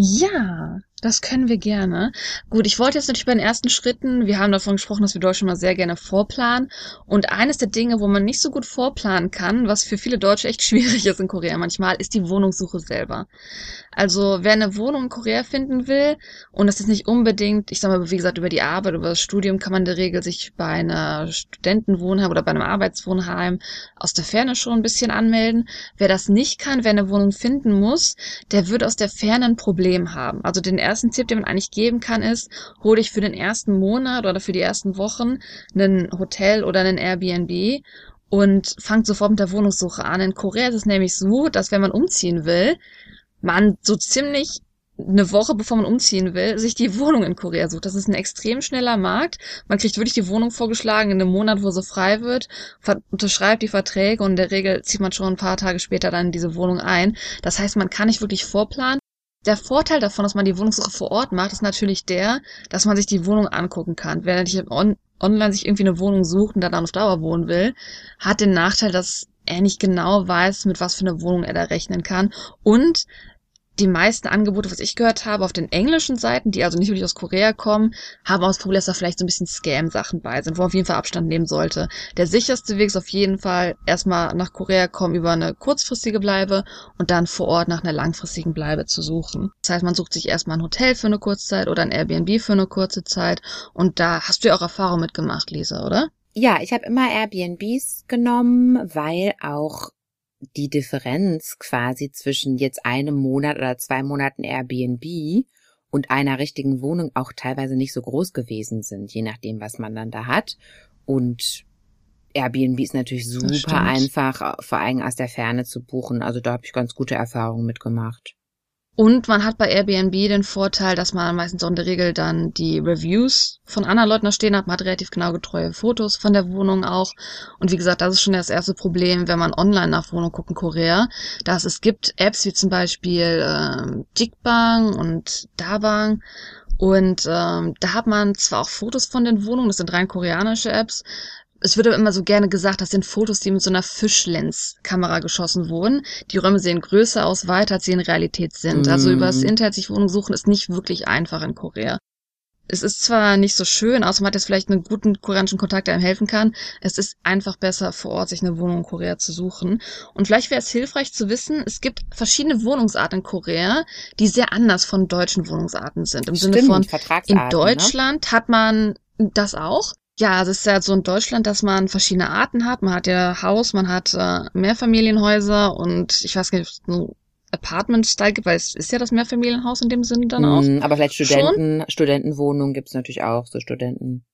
Ja, das können wir gerne. Gut, ich wollte jetzt natürlich bei den ersten Schritten, wir haben davon gesprochen, dass wir Deutsche mal sehr gerne vorplanen. Und eines der Dinge, wo man nicht so gut vorplanen kann, was für viele Deutsche echt schwierig ist in Korea manchmal, ist die Wohnungssuche selber. Also wer eine Wohnung in Korea finden will, und das ist nicht unbedingt, ich sag mal, wie gesagt, über die Arbeit, über das Studium kann man in der Regel sich bei einer Studentenwohnheim oder bei einem Arbeitswohnheim aus der Ferne schon ein bisschen anmelden. Wer das nicht kann, wer eine Wohnung finden muss, der wird aus der Ferne ein Problem haben. Also den ersten Tipp, den man eigentlich geben kann, ist, hol dich für den ersten Monat oder für die ersten Wochen ein Hotel oder einen Airbnb und fangt sofort mit der Wohnungssuche an. In Korea ist es nämlich so, dass wenn man umziehen will, man so ziemlich eine Woche, bevor man umziehen will, sich die Wohnung in Korea sucht. Das ist ein extrem schneller Markt. Man kriegt wirklich die Wohnung vorgeschlagen in einem Monat, wo sie frei wird, unterschreibt die Verträge und in der Regel zieht man schon ein paar Tage später dann in diese Wohnung ein. Das heißt, man kann nicht wirklich vorplanen. Der Vorteil davon, dass man die Wohnungssuche vor Ort macht, ist natürlich der, dass man sich die Wohnung angucken kann. Wer natürlich on- online sich irgendwie eine Wohnung sucht und da dann auf Dauer wohnen will, hat den Nachteil, dass er nicht genau weiß, mit was für eine Wohnung er da rechnen kann. Und die meisten Angebote, was ich gehört habe, auf den englischen Seiten, die also nicht wirklich aus Korea kommen, haben auch das Problem, dass da vielleicht so ein bisschen Scam-Sachen bei sind, wo man auf jeden Fall Abstand nehmen sollte. Der sicherste Weg ist auf jeden Fall erstmal nach Korea kommen über eine kurzfristige Bleibe und dann vor Ort nach einer langfristigen Bleibe zu suchen. Das heißt, man sucht sich erstmal ein Hotel für eine kurze Zeit oder ein Airbnb für eine kurze Zeit und da hast du ja auch Erfahrung mitgemacht, Lisa, oder?
Ja, ich habe immer Airbnbs genommen, weil auch die Differenz quasi zwischen jetzt einem Monat oder zwei Monaten Airbnb und einer richtigen Wohnung auch teilweise nicht so groß gewesen sind, je nachdem, was man dann da hat. Und Airbnb ist natürlich super einfach, vor allem aus der Ferne zu buchen. Also da habe ich ganz gute Erfahrungen mitgemacht.
Und man hat bei Airbnb den Vorteil, dass man meistens auch in der Regel dann die Reviews von anderen Leuten da stehen hat. Man hat relativ genau getreue Fotos von der Wohnung auch. Und wie gesagt, das ist schon das erste Problem, wenn man online nach Wohnung guckt in Korea. Dass es gibt Apps wie zum Beispiel ähm, Jikbang und Dabang. Und ähm, da hat man zwar auch Fotos von den Wohnungen, das sind rein koreanische Apps. Es wird aber immer so gerne gesagt, das sind Fotos, die mit so einer Fischlens-Kamera geschossen wurden. Die Räume sehen größer aus, weiter, als sie in Realität sind. Mm. Also über das Internet sich Wohnungen suchen ist nicht wirklich einfach in Korea. es ist zwar nicht so schön, außer man hat jetzt vielleicht einen guten koreanischen Kontakt, der einem helfen kann. Es ist einfach besser, vor Ort sich eine Wohnung in Korea zu suchen. Und vielleicht wäre es hilfreich zu wissen, es gibt verschiedene Wohnungsarten in Korea, die sehr anders von deutschen Wohnungsarten sind. Im
Stimmt,
Sinne von, in
Vertragsarten,
Deutschland, ne, hat man das auch. Ja, es ist ja so in Deutschland, dass man verschiedene Arten hat. Man hat ja Haus, man hat äh, Mehrfamilienhäuser und ich weiß gar nicht, ob es so Apartment-Style gibt, weil es ist ja das Mehrfamilienhaus in dem Sinne dann auch.
Mm, aber vielleicht Studenten, schon. Studentenwohnungen gibt's natürlich auch, so Studentenunterkünfte.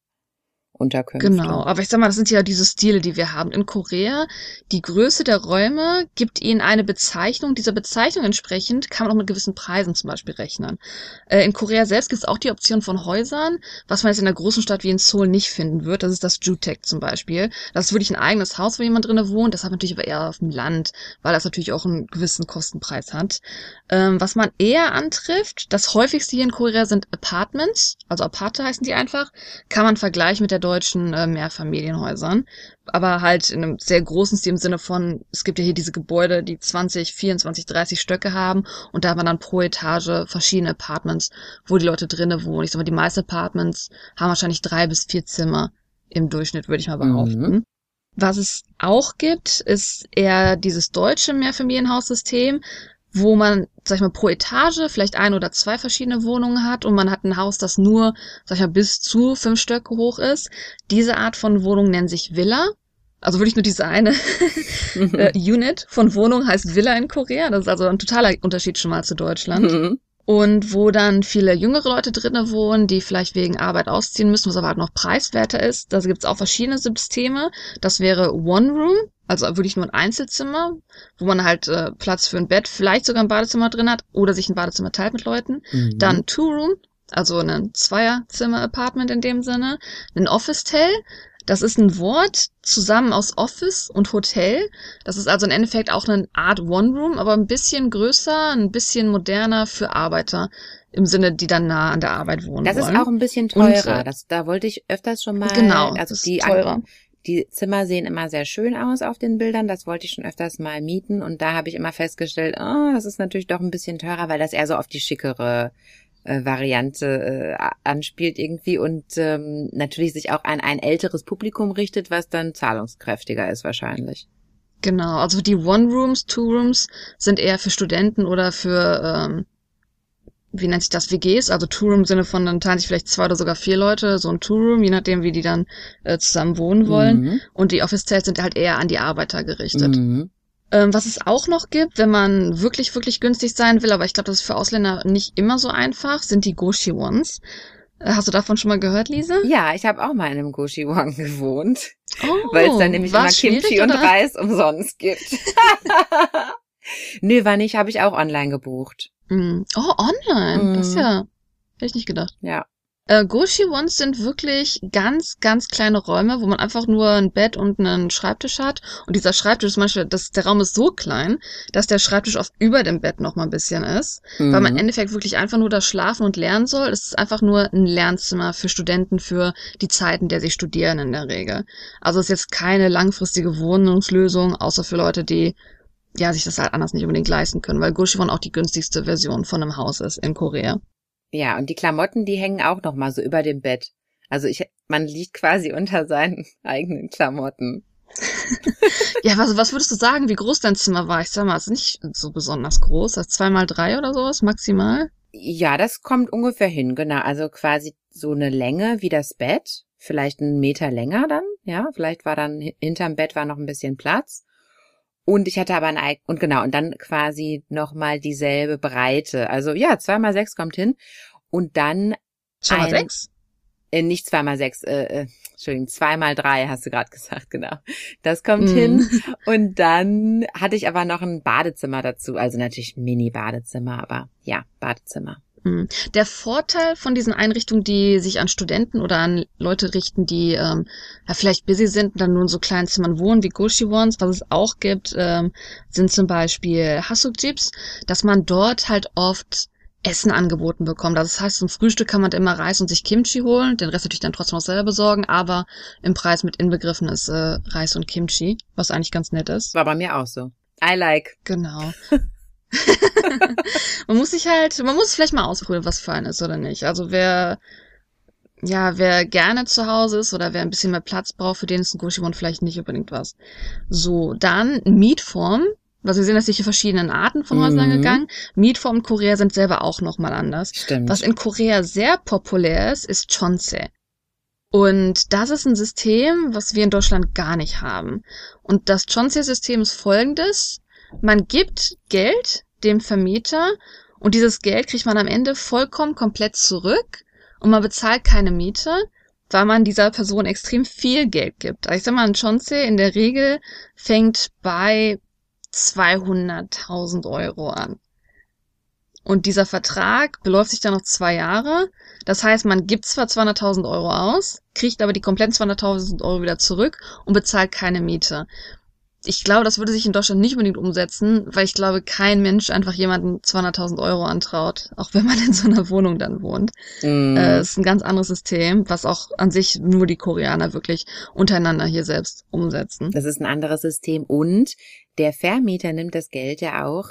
Genau, aber ich sag mal, das sind ja diese Stile, die wir haben. In Korea, die Größe der Räume gibt ihnen eine Bezeichnung. Dieser Bezeichnung entsprechend kann man auch mit gewissen Preisen zum Beispiel rechnen. Äh, in Korea selbst gibt es auch die Option von Häusern, was man jetzt in einer großen Stadt wie in Seoul nicht finden wird. Das ist das Jutek zum Beispiel. Das ist wirklich ein eigenes Haus, wo jemand drinne wohnt. Das hat natürlich aber eher auf dem Land, weil das natürlich auch einen gewissen Kostenpreis hat. Ähm, was man eher antrifft, das häufigste hier in Korea sind Apartments, also Aparte heißen die einfach, kann man vergleichen mit der deutschen äh, Mehrfamilienhäusern, aber halt in einem sehr großen Stil im Sinne von, es gibt ja hier diese Gebäude, die zwanzig, vierundzwanzig, dreißig Stöcke haben und da hat man dann pro Etage verschiedene Apartments, wo die Leute drinnen wohnen. Ich sag mal, die meisten Apartments haben wahrscheinlich drei bis vier Zimmer im Durchschnitt, würde ich mal behaupten. Mhm. Was es auch gibt, ist eher dieses deutsche Mehrfamilienhaussystem, wo man, sag ich mal, pro Etage vielleicht ein oder zwei verschiedene Wohnungen hat und man hat ein Haus, das nur, sag ich mal, bis zu fünf Stöcke hoch ist. Diese Art von Wohnung nennt sich Villa. Also wirklich nur diese eine äh, Unit von Wohnung heißt Villa in Korea. Das ist also ein totaler Unterschied schon mal zu Deutschland. Mhm. Und wo dann viele jüngere Leute drinnen wohnen, die vielleicht wegen Arbeit ausziehen müssen, was aber halt noch preiswerter ist. Da gibt es auch verschiedene Systeme. Das wäre One Room, also wirklich nur ein Einzelzimmer, wo man halt äh, Platz für ein Bett, vielleicht sogar ein Badezimmer drin hat oder sich ein Badezimmer teilt mit Leuten. Mhm. Dann Two Room, also ein Zweierzimmer-Apartment in dem Sinne. Ein Office-Tel. Das ist ein Wort zusammen aus Office und Hotel. Das ist also im Endeffekt auch eine Art One-Room, aber ein bisschen größer, ein bisschen moderner für Arbeiter. Im Sinne, die dann nah an der Arbeit wohnen
Das
wollen.
ist auch ein bisschen teurer. Und, das, da wollte ich öfters schon mal...
Genau,
also
das ist
die,
teurer.
Die Zimmer sehen immer sehr schön aus auf den Bildern. Das wollte ich schon öfters mal mieten. Und da habe ich immer festgestellt, oh, das ist natürlich doch ein bisschen teurer, weil das eher so auf die schickere Äh, Variante äh, anspielt irgendwie und ähm, natürlich sich auch an ein älteres Publikum richtet, was dann zahlungskräftiger ist wahrscheinlich.
Genau, also die One-Rooms, Two-Rooms sind eher für Studenten oder für, ähm, wie nennt sich das, W Gs, also Two-Room im Sinne von, dann teilen sich vielleicht zwei oder sogar vier Leute, so ein Two-Room, je nachdem, wie die dann äh, zusammen wohnen wollen. Mhm. Und die Office-Zelt sind halt eher an die Arbeiter gerichtet. Mhm. Ähm, was es auch noch gibt, wenn man wirklich, wirklich günstig sein will, aber ich glaube, das ist für Ausländer nicht immer so einfach, sind die Goshi-Wons. Äh, hast du davon schon mal gehört, Lise?
Ja, ich habe auch mal in einem Goshi-Won gewohnt,
oh,
weil es dann nämlich immer Kimchi und Reis umsonst gibt. Nö, war nicht, habe ich auch online gebucht.
Mm. Oh, online? Mm. Das ist ja, hätte ich nicht gedacht.
Ja.
Äh, Goshi-Wons sind wirklich ganz, ganz kleine Räume, wo man einfach nur ein Bett und einen Schreibtisch hat. Und dieser Schreibtisch zum Beispiel, das, der Raum ist so klein, dass der Schreibtisch oft über dem Bett noch mal ein bisschen ist. Mhm. Weil man im Endeffekt wirklich einfach nur da schlafen und lernen soll. Es ist einfach nur ein Lernzimmer für Studenten für die Zeiten, der sie studieren in der Regel. Also es ist jetzt keine langfristige Wohnungslösung, außer für Leute, die ja sich das halt anders nicht unbedingt leisten können. Weil Goshi-Won auch die günstigste Version von einem Haus ist in Korea.
Ja, und die Klamotten, die hängen auch noch mal so über dem Bett. Also ich, man liegt quasi unter seinen eigenen Klamotten.
Ja, was, was würdest du sagen, wie groß dein Zimmer war? Ich sag mal, es ist nicht so besonders groß. Das ist zwei mal drei oder sowas maximal?
Ja, das kommt ungefähr hin, genau. Also quasi so eine Länge wie das Bett. Vielleicht einen Meter länger dann, ja. Vielleicht war dann hinterm Bett war noch ein bisschen Platz. Und ich hatte aber ein Ei, und genau, und dann quasi nochmal dieselbe Breite. Also ja, zwei mal sechs kommt hin. Und dann
zwei mal sechs?
Äh, nicht zwei mal sechs, äh, äh, Entschuldigung, zwei mal drei hast du gerade gesagt, genau. Das kommt mm. hin. Und dann hatte ich aber noch ein Badezimmer dazu. Also natürlich ein Mini-Badezimmer, aber ja, Badezimmer.
Der Vorteil von diesen Einrichtungen, die sich an Studenten oder an Leute richten, die ähm, ja vielleicht busy sind und dann nur in so kleinen Zimmern wohnen, wie Goshi-Wons, was es auch gibt, ähm, sind zum Beispiel Hasuk-Jeeps, dass man dort halt oft Essen angeboten bekommt. Also das heißt, zum Frühstück kann man immer Reis und sich Kimchi holen, den Rest natürlich dann trotzdem noch selber besorgen, aber im Preis mit inbegriffen ist äh, Reis und Kimchi, was eigentlich ganz nett ist.
War bei mir auch so. I like.
Genau. Man muss sich halt, man muss vielleicht mal ausprobieren, was fein ist oder nicht. Also wer ja, wer gerne zu Hause ist oder wer ein bisschen mehr Platz braucht, für den ist ein Goshimon vielleicht nicht unbedingt was. So, dann Mietform. Also wir sehen, dass sich hier verschiedene Arten von Häusern
Mhm.
gegangen. Mietformen in Korea sind selber auch nochmal anders.
Stimmt.
Was in Korea sehr populär ist, ist Chonse. Und das ist ein System, was wir in Deutschland gar nicht haben. Und das Chonse-System ist folgendes. Man gibt Geld dem Vermieter und dieses Geld kriegt man am Ende vollkommen komplett zurück und man bezahlt keine Miete, weil man dieser Person extrem viel Geld gibt. Also ich sag mal, ein Chonse in der Regel fängt bei zweihunderttausend Euro an. Und dieser Vertrag beläuft sich dann noch zwei Jahre. Das heißt, man gibt zwar zweihunderttausend Euro aus, kriegt aber die kompletten zweihunderttausend Euro wieder zurück und bezahlt keine Miete. Ich glaube, das würde sich in Deutschland nicht unbedingt umsetzen, weil ich glaube, kein Mensch einfach jemanden zweihunderttausend Euro antraut, auch wenn man in so einer Wohnung dann wohnt.
Mhm.
Äh, es ist ein ganz anderes System, was auch an sich nur die Koreaner wirklich untereinander hier selbst umsetzen.
Das ist ein anderes System und der Vermieter nimmt das Geld ja auch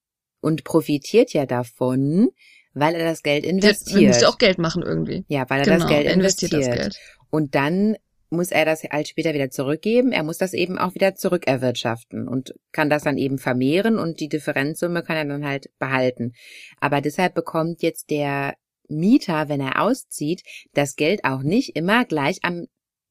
und profitiert ja davon, weil er das Geld
Der
investiert.
muss ja auch Geld machen irgendwie.
Ja, weil er
Genau,
das Geld
er
investiert.
investiert das Geld.
Und dann muss er das halt später wieder zurückgeben. Er muss das eben auch wieder zurückerwirtschaften und kann das dann eben vermehren und die Differenzsumme kann er dann halt behalten. Aber deshalb bekommt jetzt der Mieter, wenn er auszieht, das Geld auch nicht immer gleich am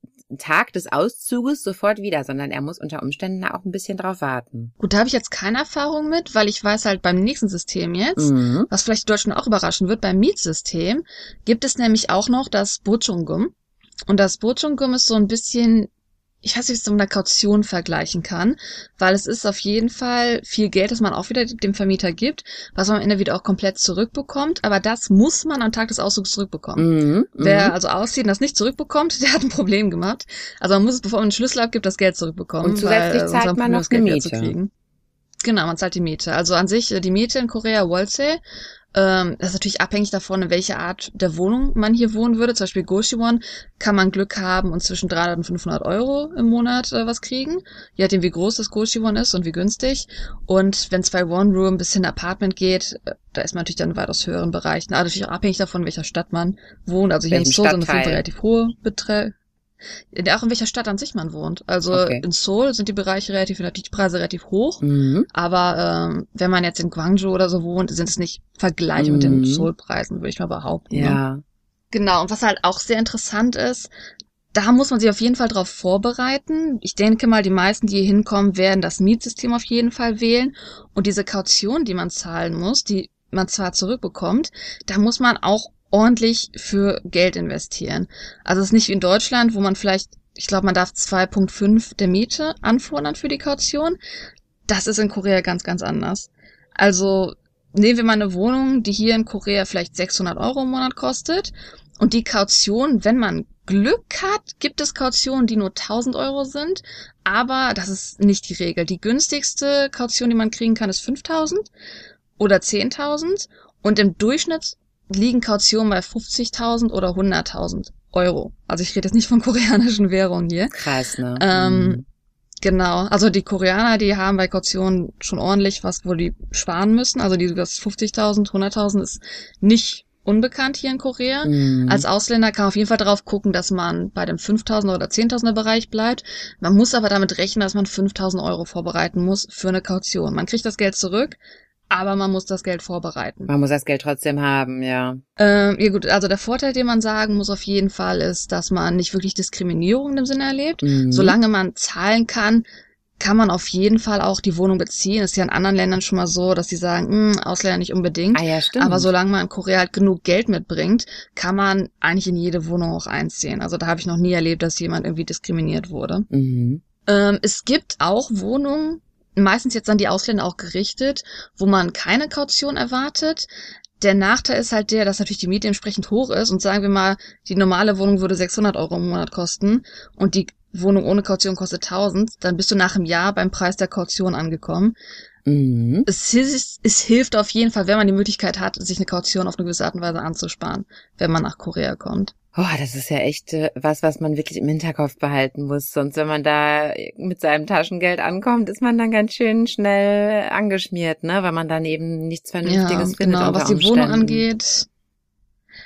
Tag des Auszuges sofort wieder, sondern er muss unter Umständen auch ein bisschen drauf warten.
Gut, da habe ich jetzt keine Erfahrung mit, weil ich weiß halt beim nächsten System jetzt,
Mhm.
was vielleicht die Deutschen auch überraschen wird, beim Mietsystem gibt es nämlich auch noch das Bochungum. Und das Bochungum ist so ein bisschen, ich weiß nicht, wie ich es mit einer Kaution vergleichen kann, weil es ist auf jeden Fall viel Geld, das man auch wieder dem Vermieter gibt, was man am Ende wieder auch komplett zurückbekommt, aber das muss man am Tag des Auszugs zurückbekommen.
Mhm.
Wer also auszieht und das nicht zurückbekommt, der hat ein Problem gemacht. Also man muss es, bevor man den Schlüssel abgibt, das Geld zurückbekommen.
Und zusätzlich
weil, äh,
zahlt
sonst
man
haben wir
noch
das Geld
eine
wieder
Miete.
zu kriegen. Genau, man zahlt die Miete. Also an sich, äh, die Miete in Korea, Wolse, ähm, das ist natürlich abhängig davon, in welcher Art der Wohnung man hier wohnen würde. Zum Beispiel Goshimon kann man Glück haben und zwischen dreihundert und fünfhundert Euro im Monat äh, was kriegen. Je nachdem, wie groß das Goshimon ist und wie günstig. Und wenn zwei One-Room bis hin Apartment geht, äh, da ist man natürlich dann in weitaus höheren Bereichen. Aber natürlich auch abhängig davon, in welcher Stadt man wohnt. Also hier in
Welchen
Seoul sind das
Stadtteil?
relativ hohe Beträge. Auch in welcher Stadt an sich man wohnt. Also
Okay.
in Seoul sind die Bereiche relativ, natürlich die Preise relativ hoch.
Mhm.
Aber ähm, wenn man jetzt in Gwangju oder so wohnt, sind es nicht vergleichbar mit den
Mhm.
Seoul-Preisen, würde ich mal behaupten. Ne?
Ja.
Genau, und was halt auch sehr interessant ist, da muss man sich auf jeden Fall drauf vorbereiten. Ich denke mal, die meisten, die hier hinkommen, werden das Mietsystem auf jeden Fall wählen. Und diese Kaution, die man zahlen muss, die man zwar zurückbekommt, da muss man auch ordentlich für Geld investieren. Also es ist nicht wie in Deutschland, wo man vielleicht, ich glaube, man darf zwei Komma fünf der Miete anfordern für die Kaution. Das ist in Korea ganz, ganz anders. Also nehmen wir mal eine Wohnung, die hier in Korea vielleicht sechshundert Euro im Monat kostet. Und die Kaution, wenn man Glück hat, gibt es Kautionen, die nur tausend Euro sind. Aber das ist nicht die Regel. Die günstigste Kaution, die man kriegen kann, ist fünftausend oder zehntausend. Und im Durchschnitt liegen Kautionen bei fünfzigtausend oder hunderttausend Euro. Also ich rede jetzt nicht von koreanischen Währungen hier.
Krass, ne?
Ähm,
Mhm.
Genau, also die Koreaner, die haben bei Kautionen schon ordentlich was, wo die sparen müssen. Also die das fünfzigtausend, hunderttausend ist nicht unbekannt hier in Korea.
Mhm.
Als Ausländer kann man auf jeden Fall darauf gucken, dass man bei dem fünftausender oder zehntausender Bereich bleibt. Man muss aber damit rechnen, dass man fünftausend Euro vorbereiten muss für eine Kaution. Man kriegt das Geld zurück, aber man muss das Geld vorbereiten.
Man muss das Geld trotzdem haben, ja.
Ähm, ja gut, also der Vorteil, den man sagen muss auf jeden Fall, ist, dass man nicht wirklich Diskriminierung in dem Sinne erlebt.
Mhm.
Solange man zahlen kann, kann man auf jeden Fall auch die Wohnung beziehen. Das ist ja in anderen Ländern schon mal so, dass sie sagen, mh, Ausländer nicht unbedingt.
Ah ja, stimmt.
Aber solange man in Korea halt genug Geld mitbringt, kann man eigentlich in jede Wohnung auch einziehen. Also da habe ich noch nie erlebt, dass jemand irgendwie diskriminiert wurde.
Mhm.
Ähm, es gibt auch Wohnungen, meistens jetzt an die Ausländer auch gerichtet, wo man keine Kaution erwartet. Der Nachteil ist halt der, dass natürlich die Miete entsprechend hoch ist und sagen wir mal, die normale Wohnung würde sechshundert Euro im Monat kosten und die Wohnung ohne Kaution kostet tausend, dann bist du nach einem Jahr beim Preis der Kaution angekommen.
Mhm.
Es, his- es hilft auf jeden Fall, wenn man die Möglichkeit hat, sich eine Kaution auf eine gewisse Art und Weise anzusparen, wenn man nach Korea kommt.
Oh, das ist ja echt äh, was, was man wirklich im Hinterkopf behalten muss. Sonst, wenn man da mit seinem Taschengeld ankommt, ist man dann ganz schön schnell angeschmiert, ne? Weil man dann eben nichts Vernünftiges
Ja,
findet
genau.
unter
Was die
Umständen.
Wohnung angeht,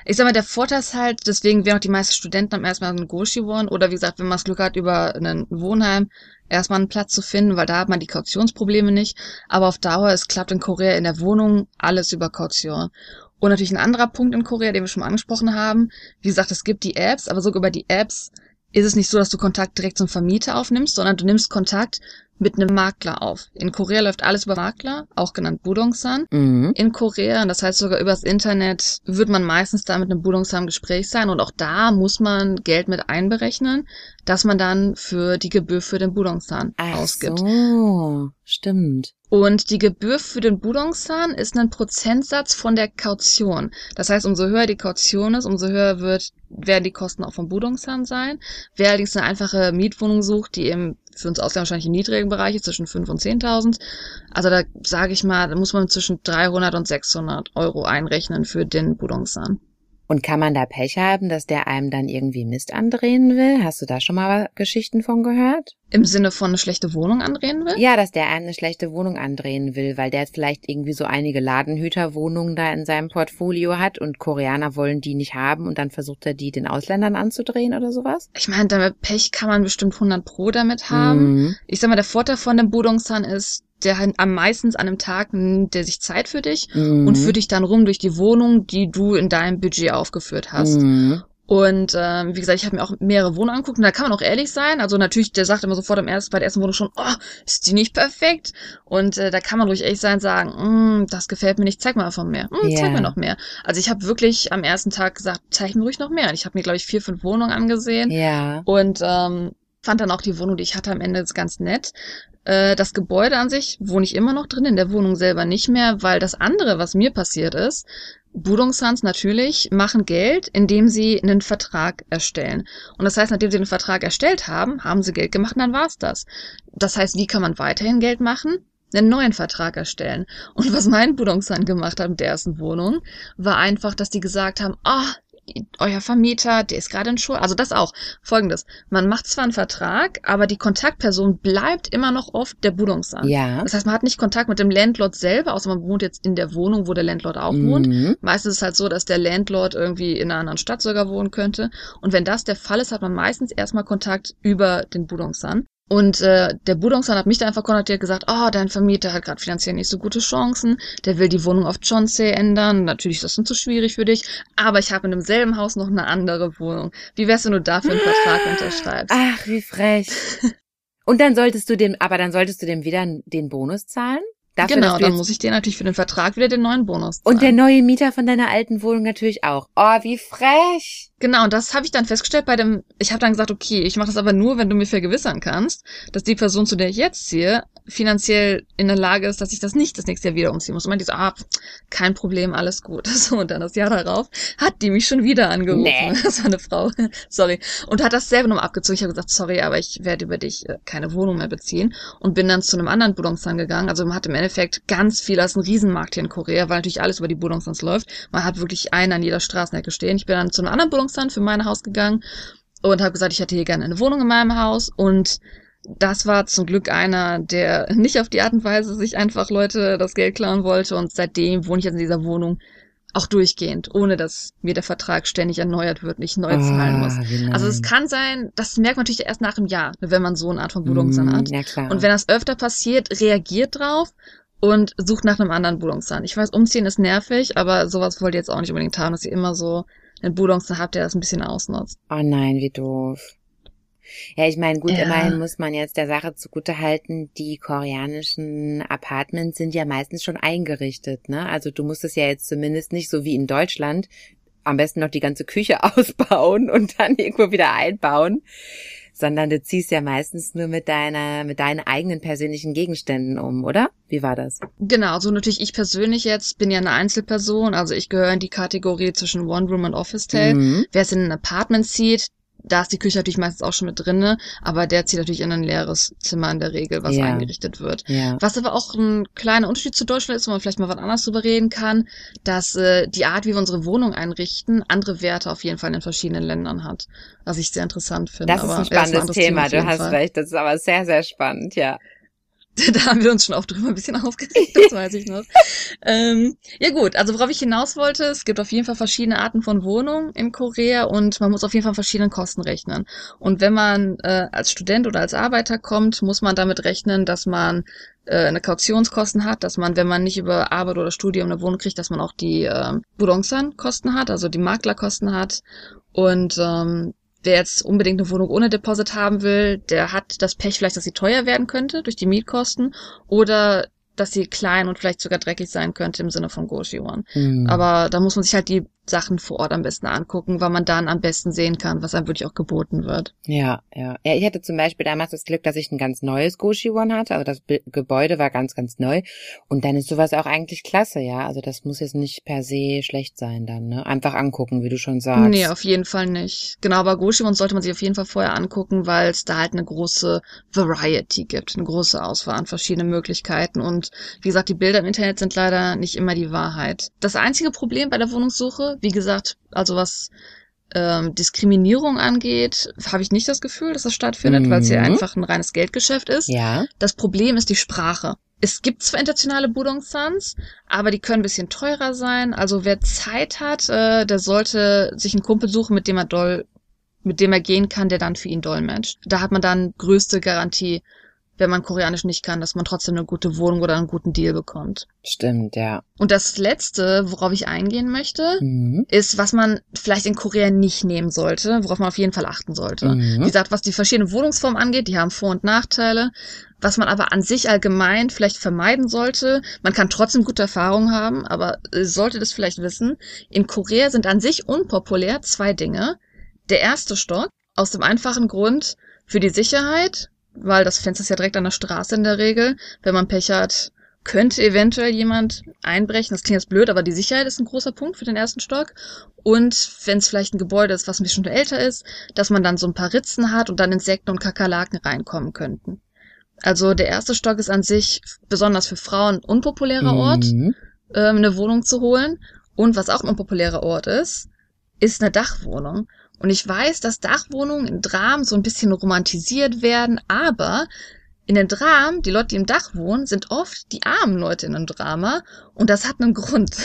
Ich sag mal, der Vorteil ist halt, deswegen werden auch die meisten Studenten am ersten Mal in Goshi-Won oder wie gesagt, wenn man das Glück hat, über ein Wohnheim erstmal einen Platz zu finden, weil da hat man die Kautionsprobleme nicht. Aber auf Dauer, es klappt in Korea in der Wohnung alles über Kaution. Und natürlich ein anderer Punkt in Korea, den wir schon mal angesprochen haben. Wie gesagt, es gibt die Apps, aber sogar über die Apps ist es nicht so, dass du Kontakt direkt zum Vermieter aufnimmst, sondern du nimmst Kontakt mit einem Makler auf. In Korea läuft alles über Makler, auch genannt Budongsan.
Mhm.
In Korea, das heißt sogar übers Internet, wird man meistens da mit einem Budongsan im Gespräch sein und auch da muss man Geld mit einberechnen, dass man dann für die Gebühr für den Budongsan
Ach
ausgibt.
so, stimmt.
Und die Gebühr für den Budongsan ist ein Prozentsatz von der Kaution. Das heißt, umso höher die Kaution ist, umso höher wird, werden die Kosten auch vom Budongsan sein. Wer allerdings eine einfache Mietwohnung sucht, die eben für uns Ausländer wahrscheinlich im niedrigen Bereich ist, zwischen fünf und zehntausend, also da sage ich mal, da muss man zwischen dreihundert und sechshundert Euro einrechnen für den Budongsan.
Und kann man da Pech haben, dass der einem dann irgendwie Mist andrehen will? Hast du da schon mal Geschichten von gehört?
Im Sinne von eine schlechte Wohnung andrehen will?
Ja, dass der einem eine schlechte Wohnung andrehen will, weil der jetzt vielleicht irgendwie so einige Ladenhüterwohnungen da in seinem Portfolio hat und Koreaner wollen die nicht haben und dann versucht er die den Ausländern anzudrehen oder sowas?
Ich meine, damit Pech kann man bestimmt hundert Pro damit haben.
Mhm.
Ich sag mal, der Vorteil von dem Budongsan ist, der hat am meisten an einem Tag nimmt der sich Zeit für dich
Mhm.
und führt dich dann rum durch die Wohnung, die du in deinem Budget aufgeführt hast.
Mhm.
Und ähm, wie gesagt, ich habe mir auch mehrere Wohnungen angeguckt und da kann man auch ehrlich sein. Also natürlich, der sagt immer sofort am ersten, bei der ersten Wohnung schon, oh, ist die nicht perfekt? Und äh, da kann man ruhig ehrlich sein und sagen, mm, das gefällt mir nicht, zeig mal von mehr. Mm,
Ja.
Zeig mir noch mehr. Also ich habe wirklich am ersten Tag gesagt, zeig mir ruhig noch mehr. Und ich habe mir, glaube ich, vier, fünf Wohnungen angesehen.
Ja.
Und ähm, fand dann auch die Wohnung, die ich hatte, am Ende ganz nett. Äh, das Gebäude an sich wohne ich immer noch drin, in der Wohnung selber nicht mehr, weil das andere, was mir passiert ist, Budongsans natürlich machen Geld, indem sie einen Vertrag erstellen. Und das heißt, nachdem sie einen Vertrag erstellt haben, haben sie Geld gemacht und dann war's das. Das heißt, wie kann man weiterhin Geld machen? Einen neuen Vertrag erstellen. Und was mein Budongsan gemacht hat mit der ersten Wohnung, war einfach, dass die gesagt haben, ah, euer Vermieter, der ist gerade in Schuld. Also das auch. Folgendes. Man macht zwar einen Vertrag, aber die Kontaktperson bleibt immer noch oft der Budongsan.
Ja.
Das heißt, man hat nicht Kontakt mit dem Landlord selber, außer man wohnt jetzt in der Wohnung, wo der Landlord auch wohnt.
Mhm.
Meistens ist es halt so, dass der Landlord irgendwie in einer anderen Stadt sogar wohnen könnte. Und wenn das der Fall ist, hat man meistens erstmal Kontakt über den Budongsan. Und äh, der Budongsan hat mich da einfach kontaktiert, gesagt, oh, dein Vermieter hat gerade finanziell nicht so gute Chancen, der will die Wohnung auf Chonsei ändern, natürlich ist das dann zu schwierig für dich, aber ich habe in demselben Haus noch eine andere Wohnung. Wie wär's, wenn du dafür einen Vertrag unterschreibst?
Ach, wie frech. Und dann solltest du dem, aber dann solltest du dem wieder den Bonus zahlen? Dafür,
Genau,
dass du
dann
jetzt-
muss ich dir natürlich für den Vertrag wieder den neuen Bonus zahlen.
Und der neue Mieter von deiner alten Wohnung natürlich auch. Oh, wie frech.
Genau, und das habe ich dann festgestellt bei dem, ich habe dann gesagt, okay, ich mache das aber nur, wenn du mir vergewissern kannst, dass die Person, zu der ich jetzt ziehe, finanziell in der Lage ist, dass ich das nicht das nächste Jahr wieder umziehen muss. Und meinte die so, ah, kein Problem, alles gut. So, und dann das Jahr darauf hat die mich schon wieder angerufen.
Nee.
Das war eine Frau, sorry. Und hat das selber nochmal abgezogen. Ich habe gesagt, sorry, aber ich werde über dich äh, keine Wohnung mehr beziehen. Und bin dann zu einem anderen Budongsan gegangen. Also man hat im Endeffekt ganz viel, das ist ein Riesenmarkt hier in Korea, weil natürlich alles über die Budongsans läuft. Man hat wirklich einen an jeder Straßenecke stehen. Ich bin dann zu einem anderen Budongsan für mein Haus gegangen und habe gesagt, ich hätte hier gerne eine Wohnung in meinem Haus. Und das war zum Glück einer, der nicht auf die Art und Weise sich einfach Leute das Geld klauen wollte. Und seitdem wohne ich jetzt in dieser Wohnung auch durchgehend, ohne dass mir der Vertrag ständig erneuert wird und ich neu zahlen muss.
Ah, wie nice.
Also es kann sein, das merkt man natürlich erst nach einem Jahr, wenn man so eine Art von Budongsan
Mm,
hat.
ja, klar.
Und wenn das öfter passiert, reagiert drauf und sucht nach einem anderen Budongsan. Ich weiß, umziehen ist nervig, aber sowas wollt ihr jetzt auch nicht unbedingt haben, dass ihr immer so einen Budongsan habt, der das ein bisschen ausnutzt.
Oh nein, wie doof. Ja, ich meine, gut,
Ja.
immerhin muss man jetzt der Sache zugutehalten, die koreanischen Apartments sind ja meistens schon eingerichtet, ne? Also du musst es ja jetzt zumindest nicht so wie in Deutschland am besten noch die ganze Küche ausbauen und dann irgendwo wieder einbauen, sondern du ziehst ja meistens nur mit deiner, mit deinen eigenen persönlichen Gegenständen um, oder? Wie war das?
Genau, so natürlich ich persönlich jetzt bin ja eine Einzelperson, also ich gehöre in die Kategorie zwischen One Room und Office Tale.
Mhm.
Wer es in ein Apartment zieht, da ist die Küche natürlich meistens auch schon mit drinne, aber der zieht natürlich in ein leeres Zimmer in der Regel, was
Ja.
eingerichtet wird.
Ja.
Was aber auch ein kleiner Unterschied zu Deutschland ist, wo man vielleicht mal was anderes drüber reden kann, dass äh, die Art, wie wir unsere Wohnung einrichten, andere Werte auf jeden Fall in verschiedenen Ländern hat, was ich sehr interessant finde.
Das ist
aber
ein
ja, das ist
spannendes
anderes
Thema,
auf
du
jeden
hast
Fall.
recht, das ist aber sehr, sehr spannend, ja.
Da haben wir uns schon auch drüber ein bisschen aufgeregt, das weiß ich noch. ähm, ja gut, also worauf ich hinaus wollte, es gibt auf jeden Fall verschiedene Arten von Wohnungen in Korea und man muss auf jeden Fall verschiedene Kosten rechnen. Und wenn man äh, als Student oder als Arbeiter kommt, muss man damit rechnen, dass man äh, eine Kautionskosten hat, dass man, wenn man nicht über Arbeit oder Studium eine Wohnung kriegt, dass man auch die äh, Budongsan-Kosten hat, also die Maklerkosten hat. Und ähm, wer jetzt unbedingt eine Wohnung ohne Deposit haben will, der hat das Pech vielleicht, dass sie teuer werden könnte durch die Mietkosten oder dass sie klein und vielleicht sogar dreckig sein könnte im Sinne von Gochiwon. Mhm. Aber da muss man sich halt die Sachen vor Ort am besten angucken, weil man dann am besten sehen kann, was einem wirklich auch geboten wird.
Ja, ja. Ja, ich hatte zum Beispiel damals das Glück, dass ich ein ganz neues Gochiwon hatte. Also das Be- Gebäude war ganz, ganz neu. Und dann ist sowas auch eigentlich klasse, ja. Also das muss jetzt nicht per se schlecht sein dann, ne? Einfach angucken, wie du schon sagst.
Nee, auf jeden Fall nicht. Genau, aber Gochiwon sollte man sich auf jeden Fall vorher angucken, weil es da halt eine große Variety gibt, eine große Auswahl an verschiedenen Möglichkeiten. Und wie gesagt, die Bilder im Internet sind leider nicht immer die Wahrheit. Das einzige Problem bei der Wohnungssuche, wie gesagt, also was ähm, Diskriminierung angeht, habe ich nicht das Gefühl, dass das stattfindet, mhm. weil es hier einfach ein reines Geldgeschäft ist.
Ja.
Das Problem ist die Sprache. Es gibt zwar internationale Budongsans, aber die können ein bisschen teurer sein. Also wer Zeit hat, äh, der sollte sich einen Kumpel suchen, mit dem er doll, mit dem er gehen kann, der dann für ihn dolmetscht. Da hat man dann größte Garantie, wenn man Koreanisch nicht kann, dass man trotzdem eine gute Wohnung oder einen guten Deal bekommt.
Stimmt, ja.
Und das Letzte, worauf ich eingehen möchte,
mhm.
ist, was man vielleicht in Korea nicht nehmen sollte, worauf man auf jeden Fall achten sollte.
Mhm.
Wie gesagt, was die verschiedenen Wohnungsformen angeht, die haben Vor- und Nachteile. Was man aber an sich allgemein vielleicht vermeiden sollte, man kann trotzdem gute Erfahrungen haben, aber sollte das vielleicht wissen, in Korea sind an sich unpopulär zwei Dinge. Der erste Stock, aus dem einfachen Grund, für die Sicherheit, weil das Fenster ist ja direkt an der Straße in der Regel. Wenn man Pech hat, könnte eventuell jemand einbrechen. Das klingt jetzt blöd, aber die Sicherheit ist ein großer Punkt für den ersten Stock. Und wenn es vielleicht ein Gebäude ist, was ein bisschen älter ist, dass man dann so ein paar Ritzen hat und dann Insekten und Kakerlaken reinkommen könnten. Also der erste Stock ist an sich besonders für Frauen ein unpopulärer Ort,
mhm.
ähm, eine Wohnung zu holen. Und was auch ein unpopulärer Ort ist, ist eine Dachwohnung. Und ich weiß, dass Dachwohnungen in Dramen so ein bisschen romantisiert werden, aber in den Dramen, die Leute, die im Dach wohnen, sind oft die armen Leute in einem Drama. Und das hat einen Grund,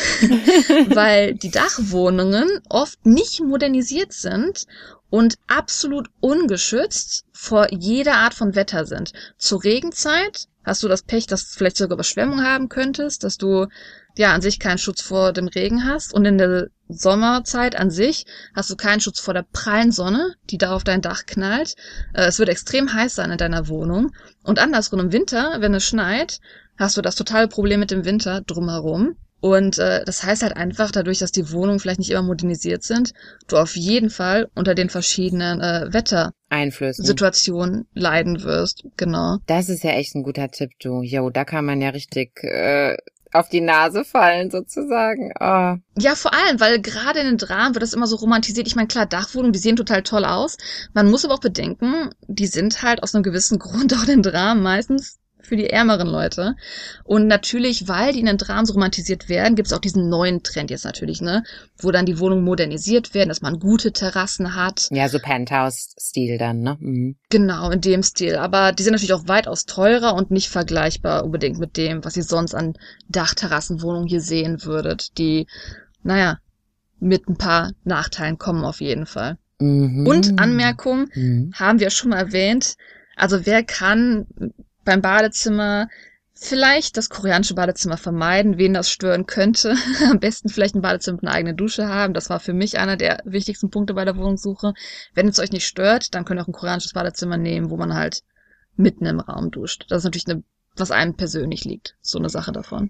weil die Dachwohnungen oft nicht modernisiert sind und absolut ungeschützt vor jeder Art von Wetter sind. Zur Regenzeit hast du das Pech, dass du vielleicht sogar Überschwemmung haben könntest, dass du ja an sich keinen Schutz vor dem Regen hast. Und in der Sommerzeit an sich hast du keinen Schutz vor der prallen Sonne, die da auf dein Dach knallt. Äh, es wird extrem heiß sein in deiner Wohnung. Und andersrum im Winter, wenn es schneit, hast du das totale Problem mit dem Winter drumherum. Und äh, das heißt halt einfach, dadurch, dass die Wohnungen vielleicht nicht immer modernisiert sind, du auf jeden Fall unter den verschiedenen äh,
Wettereinflüssen
Situationen leiden wirst. Genau.
Das ist ja echt ein guter Tipp, du. Jo, da kann man ja richtig äh, auf die Nase fallen, sozusagen. Oh.
Ja, vor allem, weil gerade in den Dramen wird das immer so romantisiert. Ich meine, klar, Dachwohnungen, die sehen total toll aus. Man muss aber auch bedenken, die sind halt aus einem gewissen Grund auch in den Dramen meistens für die ärmeren Leute. Und natürlich, weil die in den Dramen so romantisiert werden, gibt es auch diesen neuen Trend jetzt natürlich, ne? Wo dann die Wohnungen modernisiert werden, dass man gute Terrassen hat.
Ja, so Penthouse-Stil dann, ne? Mhm.
Genau, in dem Stil. Aber die sind natürlich auch weitaus teurer und nicht vergleichbar unbedingt mit dem, was ihr sonst an Dachterrassenwohnungen hier sehen würdet. Die, naja, mit ein paar Nachteilen kommen auf jeden Fall.
Mhm.
Und Anmerkung,
mhm.
haben wir schon mal erwähnt, also wer kann beim Badezimmer vielleicht das koreanische Badezimmer vermeiden, wen das stören könnte. Am besten vielleicht ein Badezimmer mit einer eigenen Dusche haben. Das war für mich einer der wichtigsten Punkte bei der Wohnungssuche. Wenn es euch nicht stört, dann könnt ihr auch ein koreanisches Badezimmer nehmen, wo man halt mitten im Raum duscht. Das ist natürlich eine, was einem persönlich liegt. So eine Sache davon.